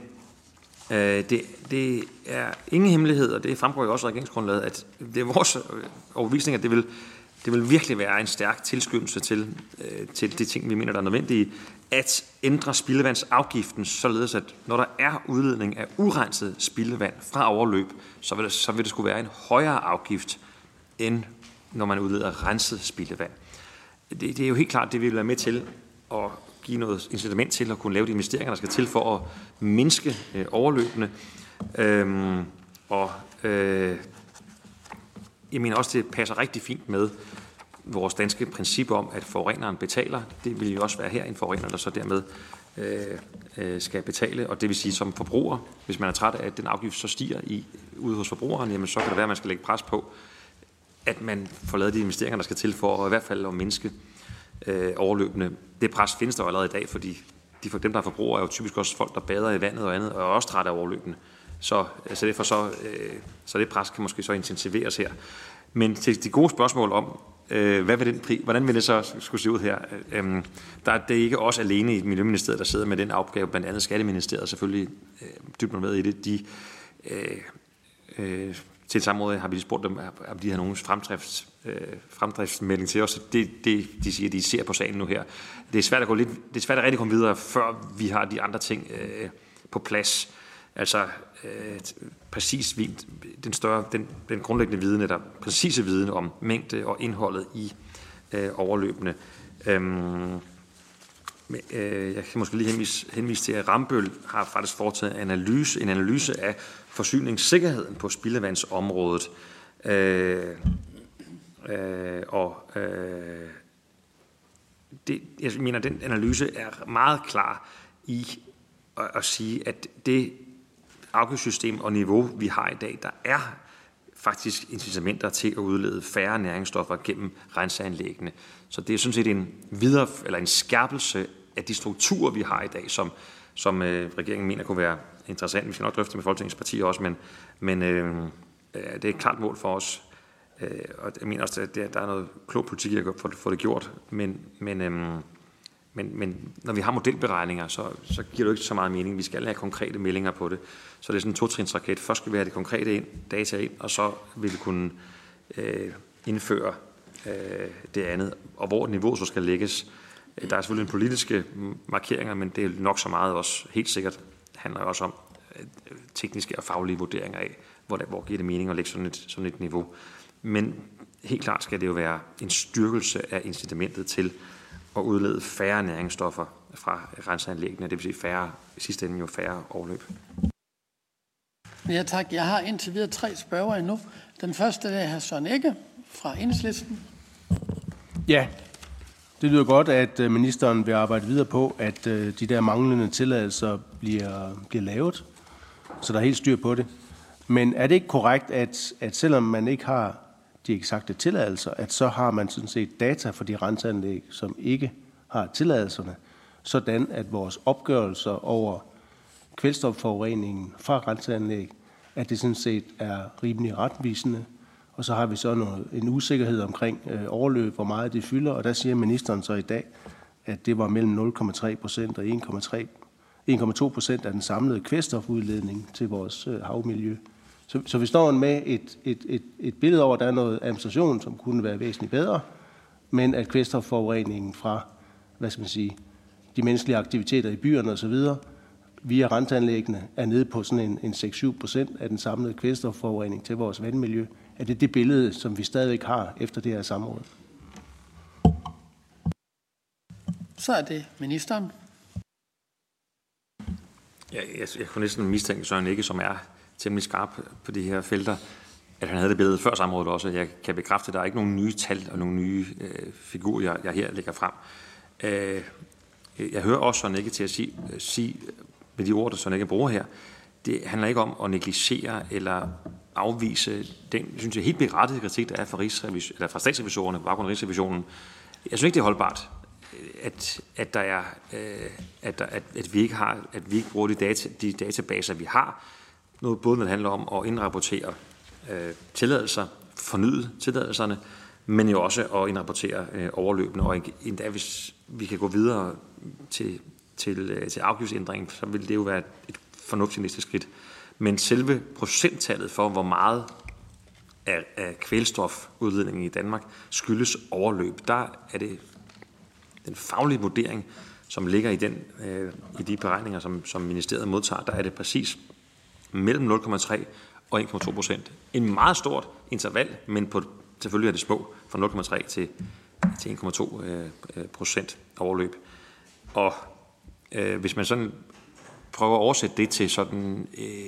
det er ingen hemmelighed, og det fremgår jo også af regeringsgrundlaget, at det er vores overbevisning, at det vil virkelig være en stærk tilskyndelse til de ting, vi mener, der er nødvendige, at ændre spildevandsafgiften, således at når der er udledning af urenset spildevand fra overløb, så vil det skulle være en højere afgift, end når man udleder renset spildevand. Det er jo helt klart, det vil være med til at give noget incitament til at kunne lave de investeringer, der skal til for at mindske overløbene. Jeg mener også, det passer rigtig fint med vores danske princip om, at forureneren betaler. Det vil jo også være her en forurener, der så dermed skal betale. Og det vil sige, som forbruger, hvis man er træt af, at den afgift så stiger ude hos forbrugeren, jamen så kan det være, at man skal lægge pres på, at man får lavet de investeringer, der skal til for i hvert fald at mindske overløbene. Det pres findes der jo allerede i dag, fordi dem, der er forbrugere, er jo typisk også folk, der bader i vandet og andet, og er også trætte af overløbene. Så derfor så det pres kan måske så intensiveres her. Men til de gode spørgsmål om, hvordan vil det så skulle se ud her? Det er ikke os alene i Miljøministeriet, der sidder med den opgave, blandt andet Skatteministeriet selvfølgelig dybt med i det. Til samrådet har vi spurgt dem, om de har nogen fremdriftsmelding til os. De siger, de ser på sagen nu her. Det er svært at rigtig komme videre, før vi har de andre ting på plads. Altså præcis den grundlæggende viden, eller præcise viden om mængde og indholdet i overløbene. Jeg kan måske lige henvise til, at Rambøll har faktisk foretaget en analyse af forsyningssikkerheden på spildevandsområdet. Jeg mener, den analyse er meget klar i at sige, at det afgiftssystem og niveau, vi har i dag, der er faktisk incitamenter til at udlede færre næringsstoffer gennem renseanlæggene. Så det er sådan set en skærpelse af de strukturer, vi har i dag, som regeringen mener kunne være interessant. Vi skal nok drøfte med Folketingets partier også, men det er et klart mål for os. Og jeg mener også, at der er noget klog politik i at få det gjort, men når vi har modelberegninger, så giver det jo ikke så meget mening. Vi skal have konkrete meldinger på det. Så det er sådan en totrinsraket. Først skal vi have det konkrete data ind, og så vil vi kunne indføre det andet. Og hvor niveauet så skal lægges. Der er selvfølgelig en politiske markeringer, men det er nok så meget også helt sikkert handler også om tekniske og faglige vurderinger af, hvor giver det mening at lægge sådan et niveau. Men helt klart skal det jo være en styrkelse af incitamentet til at udlede færre næringsstoffer fra renseanlæggene, det vil sige færre, i sidste ende jo færre overløb. Ja tak, jeg har indtil videre 3 spørgere endnu. Den første er hr. Søren Egge fra Enhedslisten. Ja, Det lyder godt, at ministeren vil arbejde videre på, at de der manglende tilladelser bliver lavet, så der er helt styr på det. Men er det ikke korrekt, at selvom man ikke har de eksakte tilladelser, at så har man sådan set data for de renseanlæg, som ikke har tilladelserne, sådan at vores opgørelser over kvælstofforureningen fra renseanlæg, at det sådan set er rimelig retvisende. Og så har vi så en usikkerhed omkring overløb, hvor meget det fylder, og der siger ministeren så i dag, at det var mellem 0,3% og 1,2% af den samlede kvælstofudledning til vores havmiljø. Så vi står med et billede over, at der er noget administration, som kunne være væsentligt bedre, men at kvælstofforureningen fra, de menneskelige aktiviteter i byerne osv., via renseanlæggene er nede på sådan en 6-7% af den samlede kvælstofforurening til vores vandmiljø. Er det billede, som vi stadigvæk har efter det her samråd? Så er det ministeren. Ja, jeg kunne næsten mistænke Søren Egge, som er temmelig skarp på de her felter, at han havde det billede før samrådet også. Jeg kan bekræfte, at der er ikke nogen nye tal og nogle nye figurer, jeg her lægger frem. Jeg hører også Søren Egge til at sige med de ord, der Søren Egge bruger her, det handler ikke om at negligere eller afvise den, synes jeg, helt berettigede kritik, der er fra statsrevisorerne på baggrund af Rigsrevisionen. Jeg synes ikke, det er holdbart, at vi ikke bruger de databaser, vi har. Noget både, når det handler om at indrapportere tilladelser, fornyde tilladelserne, men jo også at indrapportere overløbende, og endda hvis vi kan gå videre til afgiftsændringen, så vil det jo være et fornuftigt næste skridt. Men selve procenttallet for, hvor meget af kvælstofudledningen i Danmark skyldes overløb, der er det den faglige vurdering, som ligger i de beregninger, som ministeriet modtager, der er det præcis mellem 0,3 og 1,2%. En meget stort interval, men selvfølgelig er det små, fra 0,3 til 1,2% overløb. Og hvis man sådan prøver at oversætte det til sådan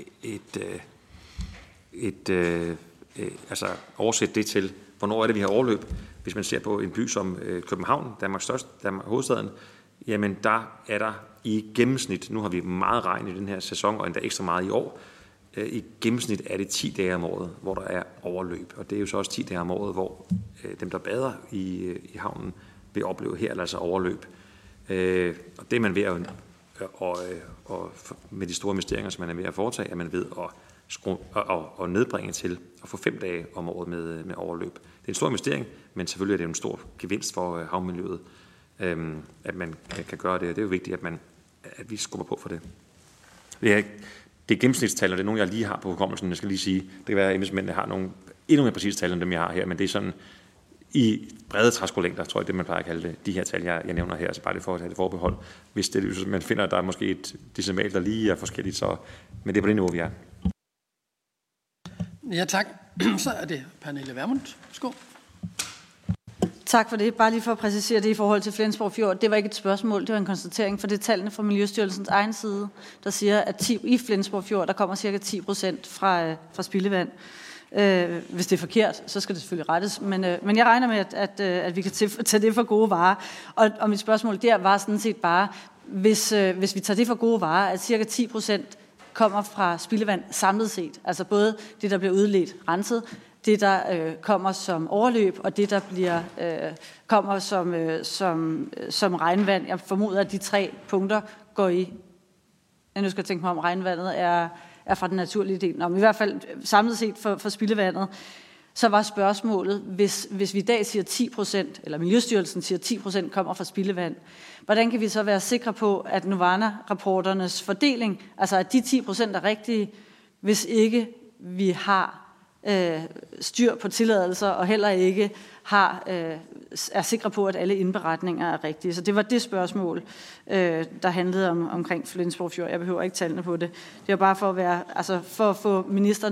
oversætte det til, hvornår er det, vi har overløb. Hvis man ser på en by som København, Danmarks hovedstaden, jamen der er der i gennemsnit, nu har vi meget regn i den her sæson, og endda ekstra meget i år, i gennemsnit er det 10 dage om året, hvor der er overløb. Og det er jo så også 10 dage om året, hvor dem, der bader i havnen, vil opleve her, altså overløb. Og det er man ved at og med de store investeringer, som man er ved at foretage, er man ved at nedbringe til at få 5 dage om året med overløb. Det er en stor investering, men selvfølgelig er det en stor gevinst for havmiljøet, at man kan gøre det. Det er jo vigtigt, at vi skubber på for det. Det er gennemsnitstal, og det er nogle, jeg lige har på hukommelsen. Jeg skal lige sige, det kan være, at embedsmændene har nogle endnu mere præcise tal, end dem, jeg har her, men det er sådan i brede træskolængder, tror jeg, det man plejer at kalde det, de her tal, jeg nævner her, så bare det for at have det forbehold. Hvis det, man finder, at der er måske et decimal, der lige er forskelligt, så, men det er på det niveau, vi er. Ja, tak. Så er det Pernille Vermund. Værsgo. Tak for det. Bare lige for at præcisere det i forhold til Flensborg Fjord. Det var ikke et spørgsmål, det var en konstatering, for det er tallene fra Miljøstyrelsens egen side, der siger, at i Flensborg Fjord, der kommer cirka 10% fra spildevand. Hvis det er forkert, så skal det selvfølgelig rettes. Men jeg regner med, at vi kan tage det for gode varer. Og mit spørgsmål der var sådan set bare, hvis vi tager det for gode varer, at cirka 10% kommer fra spildevand samlet set. Altså både det, der bliver udledt renset, det, der kommer som overløb, og det, der kommer som regnvand. Jeg formoder, at de 3 punkter går i. Nu skal jeg tænke mig om, regnvandet er fra den naturlige del. Men i hvert fald samlet set for spildevandet, så var spørgsmålet, hvis vi i dag siger 10%, eller Miljøstyrelsen siger 10% kommer fra spildevand, hvordan kan vi så være sikre på, at Novana-rapporternes fordeling, altså at de 10% er rigtige, hvis ikke vi har styr på tilladelser, og heller ikke er sikre på, at alle indberetninger er rigtige. Så det var det spørgsmål, der handlede omkring Flensborg Fjord. Jeg behøver ikke tallene på det. Det var bare for at få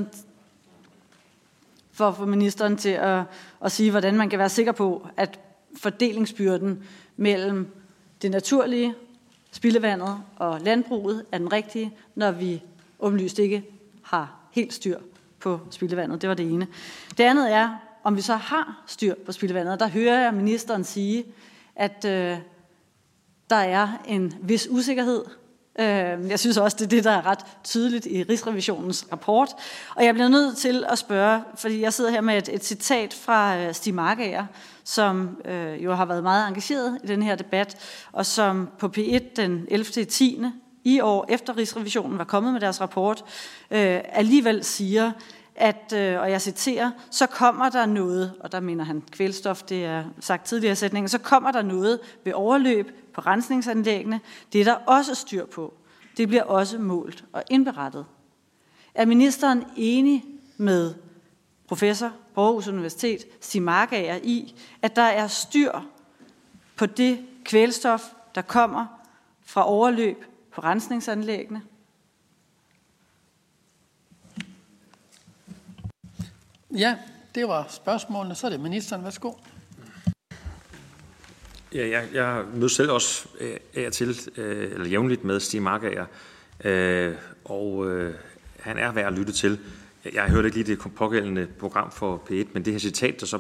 ministeren til at sige, hvordan man kan være sikker på, at fordelingsbyrden mellem det naturlige, spildevandet og landbruget er den rigtige, når vi åbenlyst ikke har helt styr på spildevandet. Det var det ene. Det andet er, om vi så har styr på spildevandet. Der hører jeg ministeren sige, at der er en vis usikkerhed. Jeg synes også, det er det, der er ret tydeligt i Rigsrevisionens rapport. Og jeg bliver nødt til at spørge, fordi jeg sidder her med et citat fra Stiig Markager, som jo har været meget engageret i den her debat, og som på P1 den 11.10. i år, efter Rigsrevisionen var kommet med deres rapport, alligevel siger, at, og jeg citerer, så kommer der noget, og der mener han kvælstof, det er sagt tidligere i sætningen, så kommer der noget ved overløb på rensningsanlæggene. Det er der også styr på. Det bliver også målt og indberettet. Er ministeren enig med professor på Aarhus Universitet, Stiig Markager, i, at der er styr på det kvælstof, der kommer fra overløb på rensningsanlæggene? Ja, det var spørgsmålene. Så er det ministeren. Værsgo. Ja, jeg møder selv også af til, eller jævnligt med Stiig Markager, og han er værd at lytte til. Jeg hørte ikke lige det pågældende program for P1, men det her citat, der så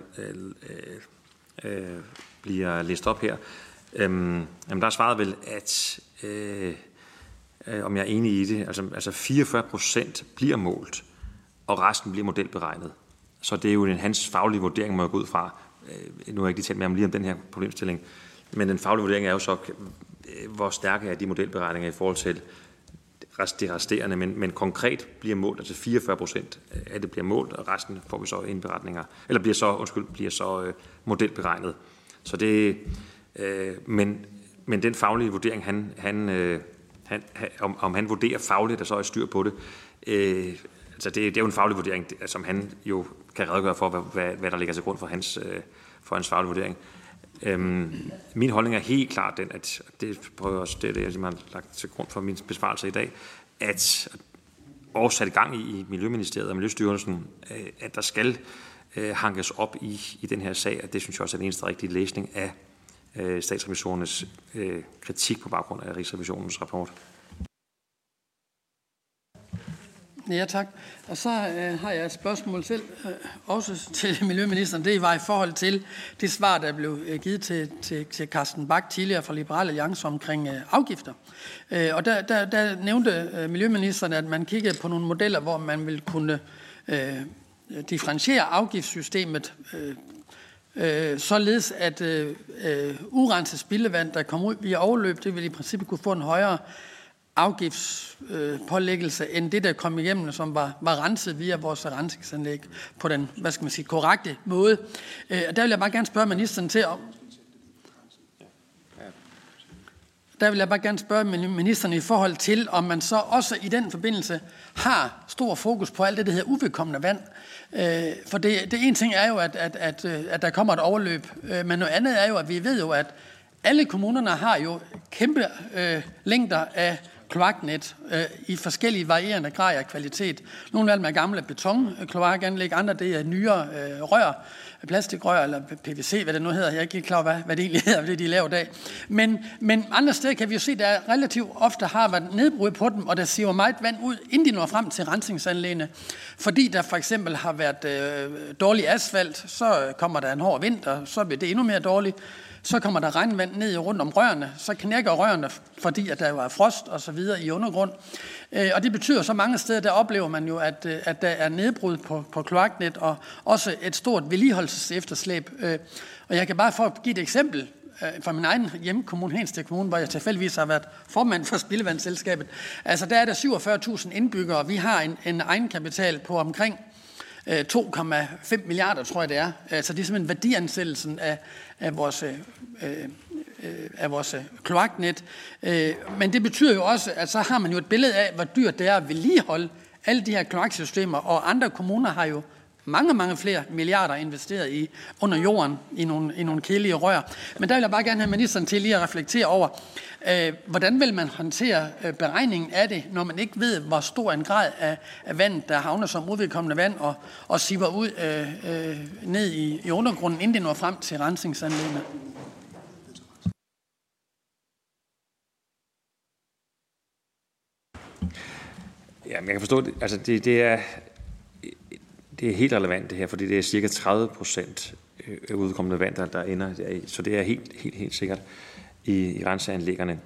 bliver læst op her, jamen der er svaret vel, at om jeg er enig i det, altså 44% bliver målt, og resten bliver modelberegnet. Så det er jo hans faglige vurdering, må jeg gå ud fra. Nu har jeg ikke lige talt med ham lige om den her problemstilling, men den faglige vurdering er jo så, hvor stærke er de modelberegninger i forhold til de resterende, men konkret bliver målt, altså 44% af det bliver målt, og resten får vi så indberetninger, eller bliver så modelberegnet. Så det, men den faglige vurdering, om han vurderer fagligt, der så er styr på det, altså det er jo en faglig vurdering, som han jo kan redegøre for, hvad der ligger til grund for hans faglige vurdering. Min holdning er helt klart den, at det prøver også det, jeg har lagt til grund for min besvarelse i dag, at også sat i gang i Miljøministeriet og Miljøstyrelsen, at der skal hankes op i den her sag, og det synes jeg også er den eneste rigtige læsning af statsrevisorernes kritik på baggrund af Rigsrevisionens rapport. Ja, tak. Og så har jeg et spørgsmål selv, også til Miljøministeren. Det var i forhold til det svar, der blev givet til Carsten Bach tidligere fra Liberal Alliance omkring afgifter. Og der nævnte Miljøministeren, at man kiggede på nogle modeller, hvor man ville kunne differentiere afgiftssystemet, således at urenset spildevand, der kommer ud via overløb, det vil i princippet kunne få en højere afgiftspålæggelse end det, der kom igennem, som var renset via vores rensningsanlæg på den, korrekte måde. Der vil jeg bare gerne spørge ministeren til om. Der vil jeg bare gerne spørge ministeren i forhold til, om man så også i den forbindelse har stor fokus på alt det, der hedder uvedkommende vand. For det ene ting er jo, at der kommer et overløb, men noget andet er jo, at vi ved jo, at alle kommunerne har jo kæmpe længder af kloaknet i forskellige varierende grader af kvalitet. Nogle af dem er gamle betonkloakanlæg, andre det er nyere rør, plastikrør eller PVC, hvad det nu hedder. Jeg er ikke helt klar over, hvad det egentlig hedder, det de laver i dag. Men andre steder kan vi jo se, at der relativt ofte har været nedbrud på dem, og der siver meget vand ud, inden de når frem til rensningsanlæggene. Fordi der for eksempel har været dårlig asfalt, så kommer der en hård vinter, så bliver det endnu mere dårligt. Så kommer der regnvand ned rundt om rørene, så knækker rørene, fordi at der jo er frost og så videre i undergrund. Og det betyder så mange steder, der oplever man jo, at der er nedbrud på kloaknet og også et stort vedligeholdelsesefterslæb. Og jeg kan bare for at give et eksempel fra min egen hjemkommune, Hensted Kommune, hvor jeg tilfældigvis har været formand for Spildevandsselskabet. Altså der er der 47.000 indbyggere, vi har en egenkapital på omkring 2,5 milliarder, tror jeg det er. Altså det er simpelthen værdiansættelsen af vores kloaknet. Men det betyder jo også, at så har man jo et billede af, hvor dyrt det er at vedligeholde alle de her kloaksystemer, og andre kommuner har jo mange flere milliarder investeret under jorden i nogle kedelige rør. Men der vil jeg bare gerne have ministeren til lige at reflektere over, hvordan vil man håndtere beregningen af det, når man ikke ved, hvor stor en grad af vand, der havner som uvedkommende vand og siver ud ned i undergrunden, inden det når frem til rensningsanlæggene. Ja, men jeg kan forstå det. Altså det er helt relevant det her, fordi det er cirka 30% udkommende vand, der ender der. Så det er helt sikkert i renseanlæggerne.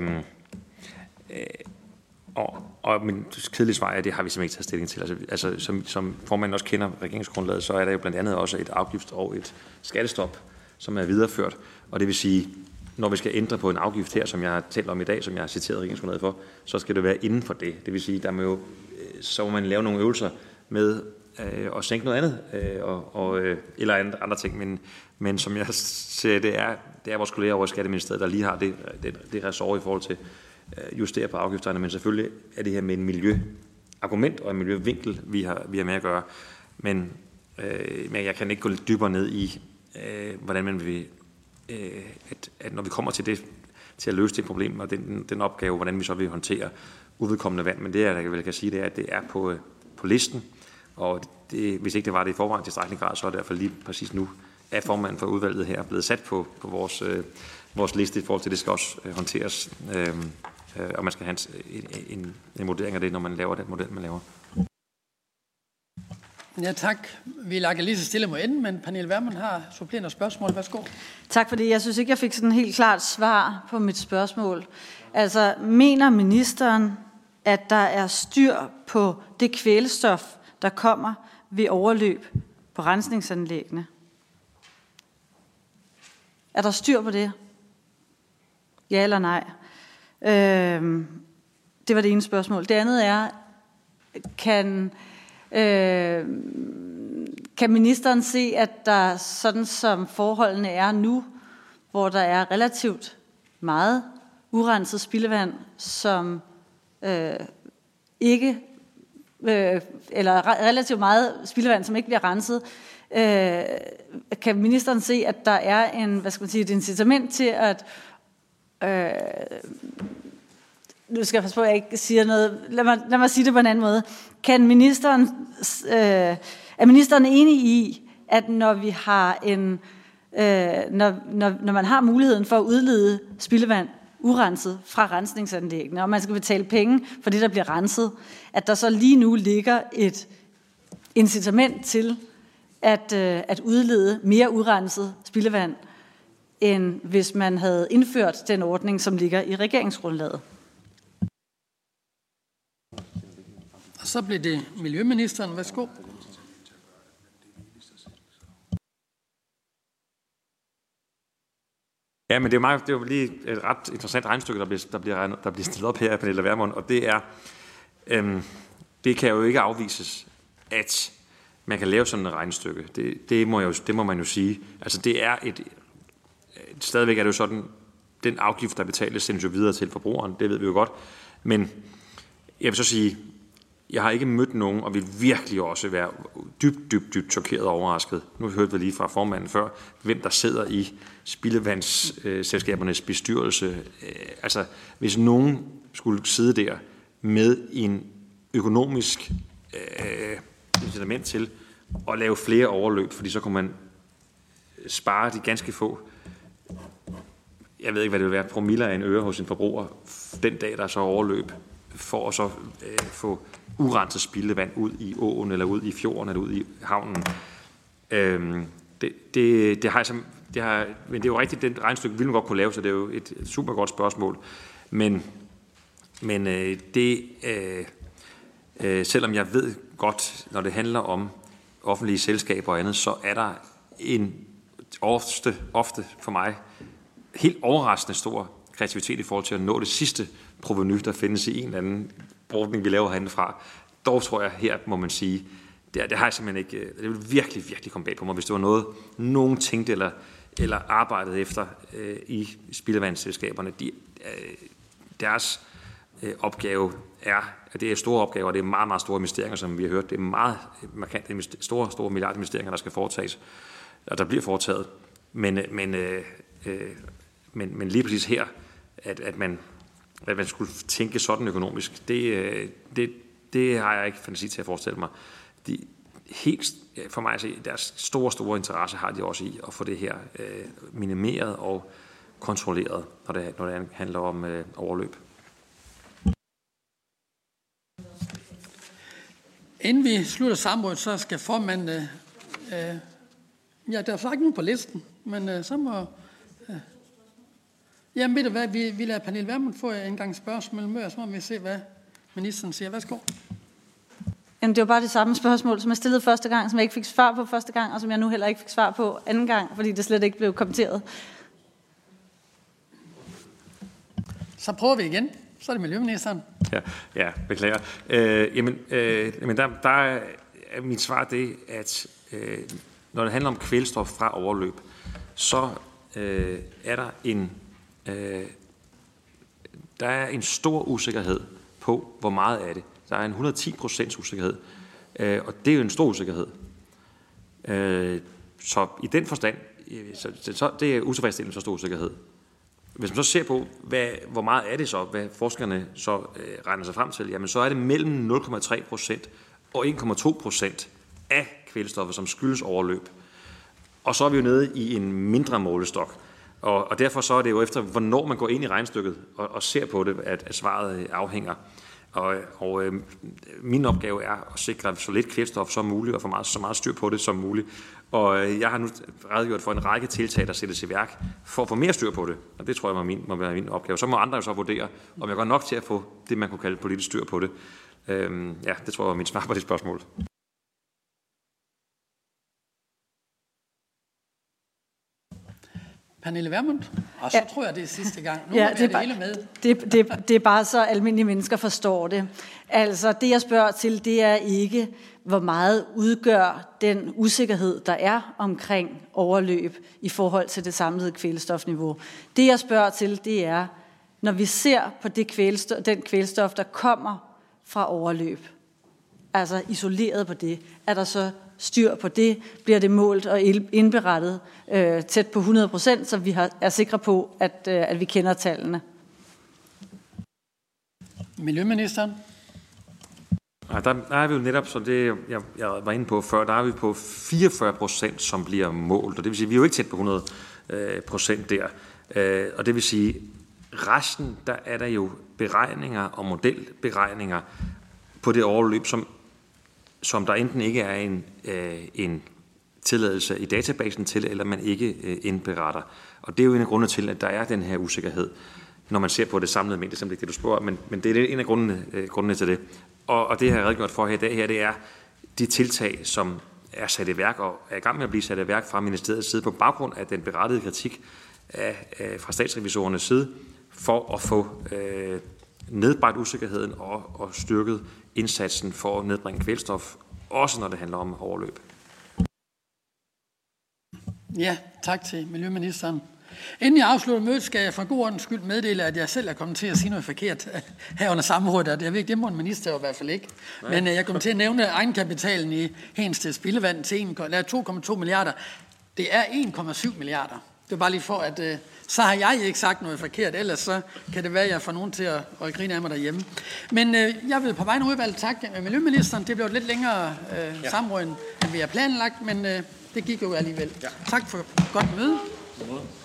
Og min kedelige svar er, at det har vi simpelthen ikke taget stilling til. Altså som formanden også kender regeringsgrundlaget, så er der jo blandt andet også et afgift og et skattestop, som er videreført. Og det vil sige, når vi skal ændre på en afgift her, som jeg har talt om i dag, som jeg har citeret regeringsgrundlaget for, så skal det være inden for det. Det vil sige, så må man lave nogle øvelser med at sænke noget andet, eller andre ting. Men som jeg ser, det er vores kolleger over i Skatteministeriet, der lige har det ressort i forhold til justere på afgifterne, men selvfølgelig er det her med en miljøargument og en miljøvinkel, vi har med at gøre. Men jeg kan ikke gå lidt dybere ned i, hvordan man vil, at når vi kommer til at løse det problem og den opgave, hvordan vi så vil håndtere uvedkommende vand. Men det, jeg vel kan sige, det er, at det er på listen, og hvis ikke det var det i forvejen til tilstrækkelig grad, så er det i hvert fald lige præcis nu, at formanden for udvalget her er blevet sat på vores liste i forhold til, at det skal også håndteres, og man skal have en vurdering af det, når man laver den model, man laver. Ja, tak. Vi lader lige så stille mod enden, men Pernille Vermund har supplerende spørgsmål. Værsgo. Tak for det. Jeg synes ikke, jeg fik sådan et helt klart svar på mit spørgsmål. Altså, mener ministeren, at der er styr på det kvælstof, der kommer ved overløb på rensningsanlæggene? Er der styr på det? Ja eller nej? Det var det ene spørgsmål. Det andet er, kan ministeren se, at der sådan som forholdene er nu, hvor der er relativt meget urenset spildevand, som ikke eller relativt meget spildevand, som ikke bliver renset, kan ministeren se, at der er et incitament til at nu skal jeg passe på, at jeg ikke siger noget. Lad mig sige det på en anden måde. Er ministeren enig i, at når vi har når man har muligheden for at udlede spildevand urenset fra rensningsanlæggene, og man skal betale penge for det, der bliver renset, at der så lige nu ligger et incitament til at udlede mere urenset spildevand, end hvis man havde indført den ordning, som ligger i regeringsgrundlaget? Og så bliver det miljøministeren. Værsgo. Ja, men det er jo lige et ret interessant regnestykke, der bliver stillet op her af Pernille Vermund, og det er, det kan jo ikke afvises, at man kan lave sådan et regnestykke. Det må man jo sige. Altså det er stadigvæk er det jo sådan, den afgift, der betales, sendes jo videre til forbrugeren, det ved vi jo godt, men jeg vil så sige, jeg har ikke mødt nogen, og vil virkelig også være dybt chokeret og overrasket. Nu hørte vi lige fra formanden før, hvem der sidder i spildevandsselskabernes bestyrelse. Altså, hvis nogen skulle sidde der med en økonomisk incitament til at lave flere overløb, fordi så kunne man spare de ganske få, jeg ved ikke, hvad det vil være, promiller af en øre hos en forbruger, den dag, der er så overløb, for at så få urenset spildevand ud i åen, eller ud i fjorden, eller ud i havnen. Men det er jo rigtigt, den regnestykke ville man godt kunne lave, så det er jo et super godt spørgsmål. Men selvom jeg ved godt, når det handler om offentlige selskaber og andet, så er der en ofte for mig helt overraskende stor kreativitet i forhold til at nå det sidste provenu, der findes i en eller anden ordning, vi laver herindefra. Dog tror jeg, her må man sige, det har jeg simpelthen ikke, det vil virkelig komme bag på mig, hvis det var noget, nogen tænkte eller arbejdede efter i spildevandsselskaberne. Deres opgave det er store opgaver, og det er meget, meget store investeringer, som vi har hørt. Det er meget markant store milliardinvesteringer, der skal foretages, og der bliver foretaget. Men lige præcis her, at man skulle tænke sådan økonomisk, det har jeg ikke fantasi til at forestille mig. Helt for mig at se, deres store interesse har de også i at få det her minimeret og kontrolleret, når det handler om overløb. Inden vi slutter samrådet, så skal formanden Ja, der er så ikke nogen på listen, men så må... Jamen ved du hvad, vi lader Pernille Vermund få en gang spørgsmål med, og så må vi se, hvad ministeren siger. Værsgo. Jamen, det var bare det samme spørgsmål, som jeg stillede første gang, som jeg ikke fik svar på første gang, og som jeg nu heller ikke fik svar på anden gang, fordi det slet ikke blev kommenteret. Så prøver vi igen. Så er det miljøministeren. Ja, beklager. Jamen der er mit svar det, at når det handler om kvælstof fra overløb, så er der er en stor usikkerhed på, hvor meget af det. Der er en 110% usikkerhed, og det er jo en stor usikkerhed. Så i den forstand, så det er utilfredsstillende så stor usikkerhed. Hvis man så ser på, hvor meget er det så, hvad forskerne så regner sig frem til, jamen så er det mellem 0,3% og 1,2% af kvælstoffet, som skyldes overløb. Og så er vi jo nede i en mindre målestok. Og derfor så er det jo efter, hvornår man går ind i regnestykket og ser på det, at svaret afhænger. Og min opgave er at sikre så lidt kvælstof som muligt, og få så meget styr på det som muligt. Og jeg har nu redegjort for en række tiltag, der sættes i værk for at få mere styr på det. Og det tror jeg må være min opgave. Så må andre jo så vurdere, om jeg går nok til at få det, man kunne kalde politisk styr på det. Det tror jeg var mit svar på det spørgsmål. Pernille Vermund, og så tror jeg, det er sidste gang. Nu ja, er det hele med. Det er bare så almindelige mennesker forstår det. Altså, det jeg spørger til, det er ikke, hvor meget udgør den usikkerhed, der er omkring overløb i forhold til det samlede kvælstofniveau. Det jeg spørger til, det er, når vi ser på den kvælstof, der kommer fra overløb, altså isoleret på det, er der så styr på det, bliver det målt og indberettet tæt på 100%, så vi er sikre på, at vi kender tallene. Miljøministeren? Der er vi jo netop, så det jeg var inde på før, der er vi på 44%, som bliver målt, og det vil sige, at vi er jo ikke tæt på 100% der. Og det vil sige, resten, der er der jo beregninger og modelberegninger på det overløb, som der enten ikke er en tilladelse i databasen til, eller man ikke indberetter. Og det er jo en af grundene til, at der er den her usikkerhed, når man ser på det samlede mængde, som det er det, du spørger, men det er en af grundene til det. Og det, jeg har redegjort for her i dag, det er de tiltag, som er sat i værk og er i gang med at blive sat i værk fra ministeriets side på baggrund af den berettigede kritik fra statsrevisorernes side, for at få nedbragt usikkerheden og styrket indsatsen for at nedbringe kvælstof, også når det handler om overløb. Ja, tak til miljøministeren. Inden jeg afslutter mødet, skal jeg for god ordens skyld meddele, at jeg selv er kommet til at sige noget forkert her under samrådet. Jeg ved ikke, det må en minister jo i hvert fald ikke. Nej. Men jeg kommer til at nævne egenkapitalen i Hedensted Spildevand til 2,2 milliarder. Det er 1,7 milliarder. Det er bare lige for, at så har jeg ikke sagt noget forkert, ellers så kan det være, at jeg får nogen til at grine af mig derhjemme. Men jeg vil på vegne af udvalget takke miljøministeren. Det blev et lidt længere samråd, end vi har planlagt, men det gik jo alligevel. Ja. Tak for godt møde.